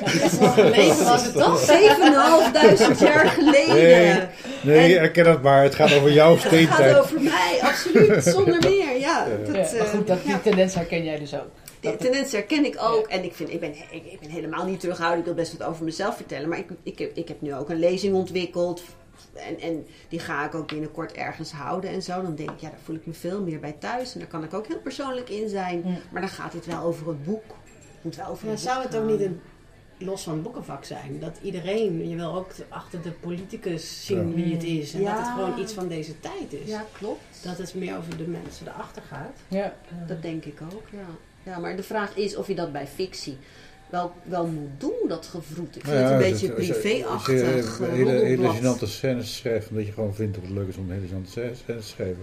was het toch? 7.500 jaar geleden. Nee, ik herken dat maar. Het gaat over jouw steentijd. Het gaat over mij, absoluut, zonder meer. Ja, maar goed, die tendens herken jij dus ook. Die tendens herken ik ook. En ik ben helemaal niet terughoudend. Ik wil best wat over mezelf vertellen. Maar ik heb nu ook een lezing ontwikkeld. En die ga ik ook binnenkort ergens houden en zo. Dan denk ik, ja, daar voel ik me veel meer bij thuis. En daar kan ik ook heel persoonlijk in zijn. Maar dan gaat dit wel over het boek. Zou het ook niet los van het boekenvak zijn? Dat iedereen, je wil ook achter de politicus zien wie het is. En dat het gewoon iets van deze tijd is. Ja, klopt. Dat het meer over de mensen erachter gaat. Ja, dat denk ik ook, ja. Maar de vraag is of je dat bij fictie wel moet doen, dat gevroed. Ik vind het een beetje privé-achtig. Als je hele gênante scènes schrijft, omdat je gewoon vindt dat het leuk is om hele gênante scènes te schrijven.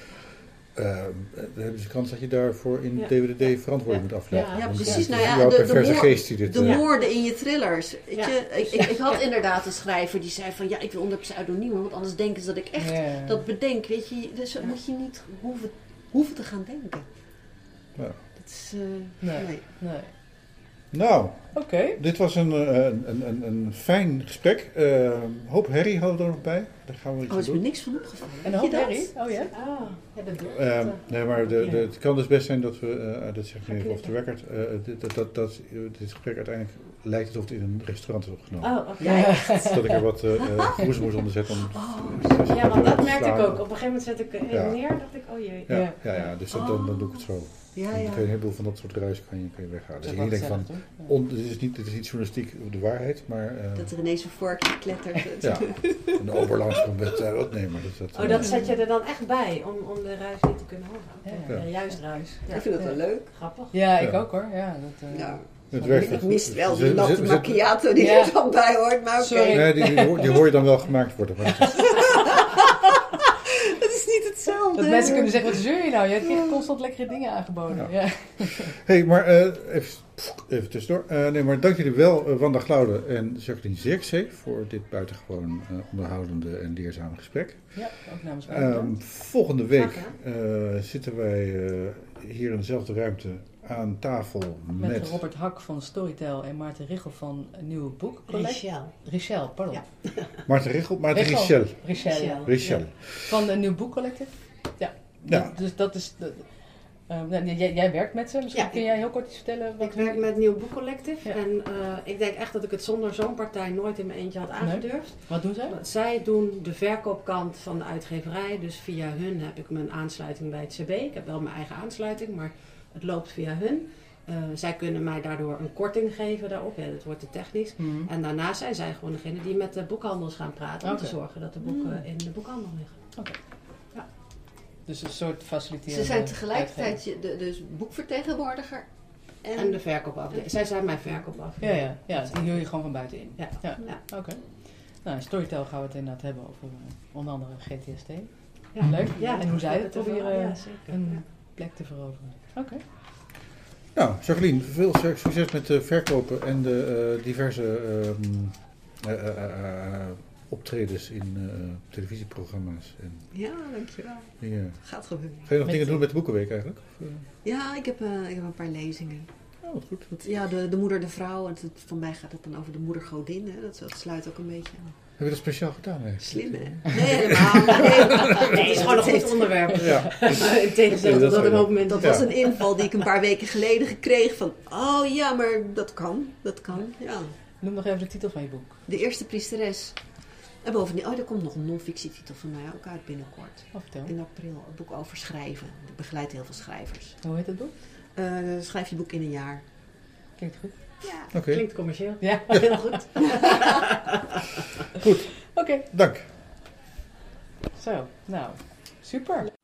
Dan heb je de kans dat je daarvoor in DWDD verantwoording moet afleggen. Ja, precies. Nou ja, de moorden in je thrillers. Weet je, ik had inderdaad een schrijver die zei van ja, ik wil onder pseudoniem, want anders denken ze dat ik echt dat bedenk. Weet je, dus dat moet je niet hoeven te gaan denken. Ja. Dat is, nee. Nou, dit was een fijn gesprek. Hoop herrie hadden we er nog bij. Daar gaan we iets doen. Is me niks van opgevallen. En een hoop herrie? Oh ja? Nee, maar het kan dus best zijn dat we, dat zeg ik even off the record, dat dit gesprek uiteindelijk lijkt alsof het in een restaurant is opgenomen. Oh, oké. Dat ik er wat groes moest onder zetten. Ja, want dat merkte ik ook. Op een gegeven moment zet ik neer, dacht ik, oh jee. Ja, dus dan doe ik het zo. Dan kun je een heleboel van dat soort ruis kan je weghalen. Dus ik denk van, dit is niet journalistiek de waarheid, maar... dat er ineens een vorkje klettert. Ja, een oberlangs van met opnemen. Dat zet je er dan echt bij, om de ruis niet te kunnen horen. Ja, juist ruis. Ja. Ik vind dat wel leuk. Grappig. Ja, ik ook hoor. Ja, het werkt. Ik mist wel die latte macchiato die er dan bij hoort, maar oké. Nee, die hoor je dan wel gemaakt worden. Maar dat is niet hetzelfde. Dat mensen kunnen zeggen, wat zeur je nou? Je hebt constant lekkere dingen aangeboden. Ja. Hey, maar even tussendoor. Maar dank jullie wel, Wanda Glaude en Jacqueline Zirkzee, voor dit buitengewoon onderhoudende en leerzame gesprek. Ja, ook namens mij. Volgende week zitten wij hier in dezelfde ruimte aan tafel met Robert Hak van Storytel en Maarten Richel van een nieuwe boek. Richel, pardon. Ja. Maarten Richel. Van een nieuw boekcollectief. Ja. Dus dat is... jij werkt met ze. Misschien kun jij heel kort iets vertellen? Ik werk met het Nieuw Boekcollectief. Ja. En ik denk echt dat ik het zonder zo'n partij nooit in mijn eentje had aangedurfd. Nee. Wat doen zij? Zij doen de verkoopkant van de uitgeverij. Dus via hun heb ik mijn aansluiting bij het CB. Ik heb wel mijn eigen aansluiting, maar het loopt via hun. Zij kunnen mij daardoor een korting geven daarop. Ja, dat wordt te technisch. Mm. En daarnaast zijn zij gewoon degene die met de boekhandels gaan praten. Om te zorgen dat de boeken in de boekhandel liggen. Okay. Ja. Dus een soort faciliteren. Ze zijn tegelijkertijd de boekvertegenwoordiger en de verkoopafdeling. Zij zijn mijn verkoopafdeling. Ja, die huur je gewoon van buitenin. Ja. Oké. Nou, in Storytel gaan we het inderdaad hebben over onder andere GTST. Ja. Leuk. Ja, en hoe zij het proberen een plek te veroveren. Oké. Nou, Jacqueline, veel succes met de verkopen en de diverse optredens in televisieprogramma's. Ja, dankjewel. Dingen. Gaat gebeuren. Ga je nog dingen doen met de Boekenweek eigenlijk? Of? Ja, ik heb een paar lezingen. Oh, wat goed. Ja, de moeder, de vrouw. En van mij gaat het dan over de moedergodin. Hè? Dat sluit ook een beetje aan. Heb je dat speciaal gedaan eigenlijk? Slim, hè? Nee, helemaal. Nee, het is gewoon een goed onderwerp. Ja. In tegenstelling tot een hoop mensen. Dat was een inval die ik een paar weken geleden kreeg. Van, oh ja, maar dat kan. Ja. Noem nog even de titel van je boek. De Eerste Priesteres. En bovendien, er komt nog een non-fictietitel van mij ook uit binnenkort. In april. Een boek over schrijven. Ik begeleid heel veel schrijvers. Hoe heet het boek? Schrijf je boek in een jaar. Klinkt goed. Ja, Oké, Klinkt commercieel. Ja, heel goed. oké. dank. Zo, nou, super.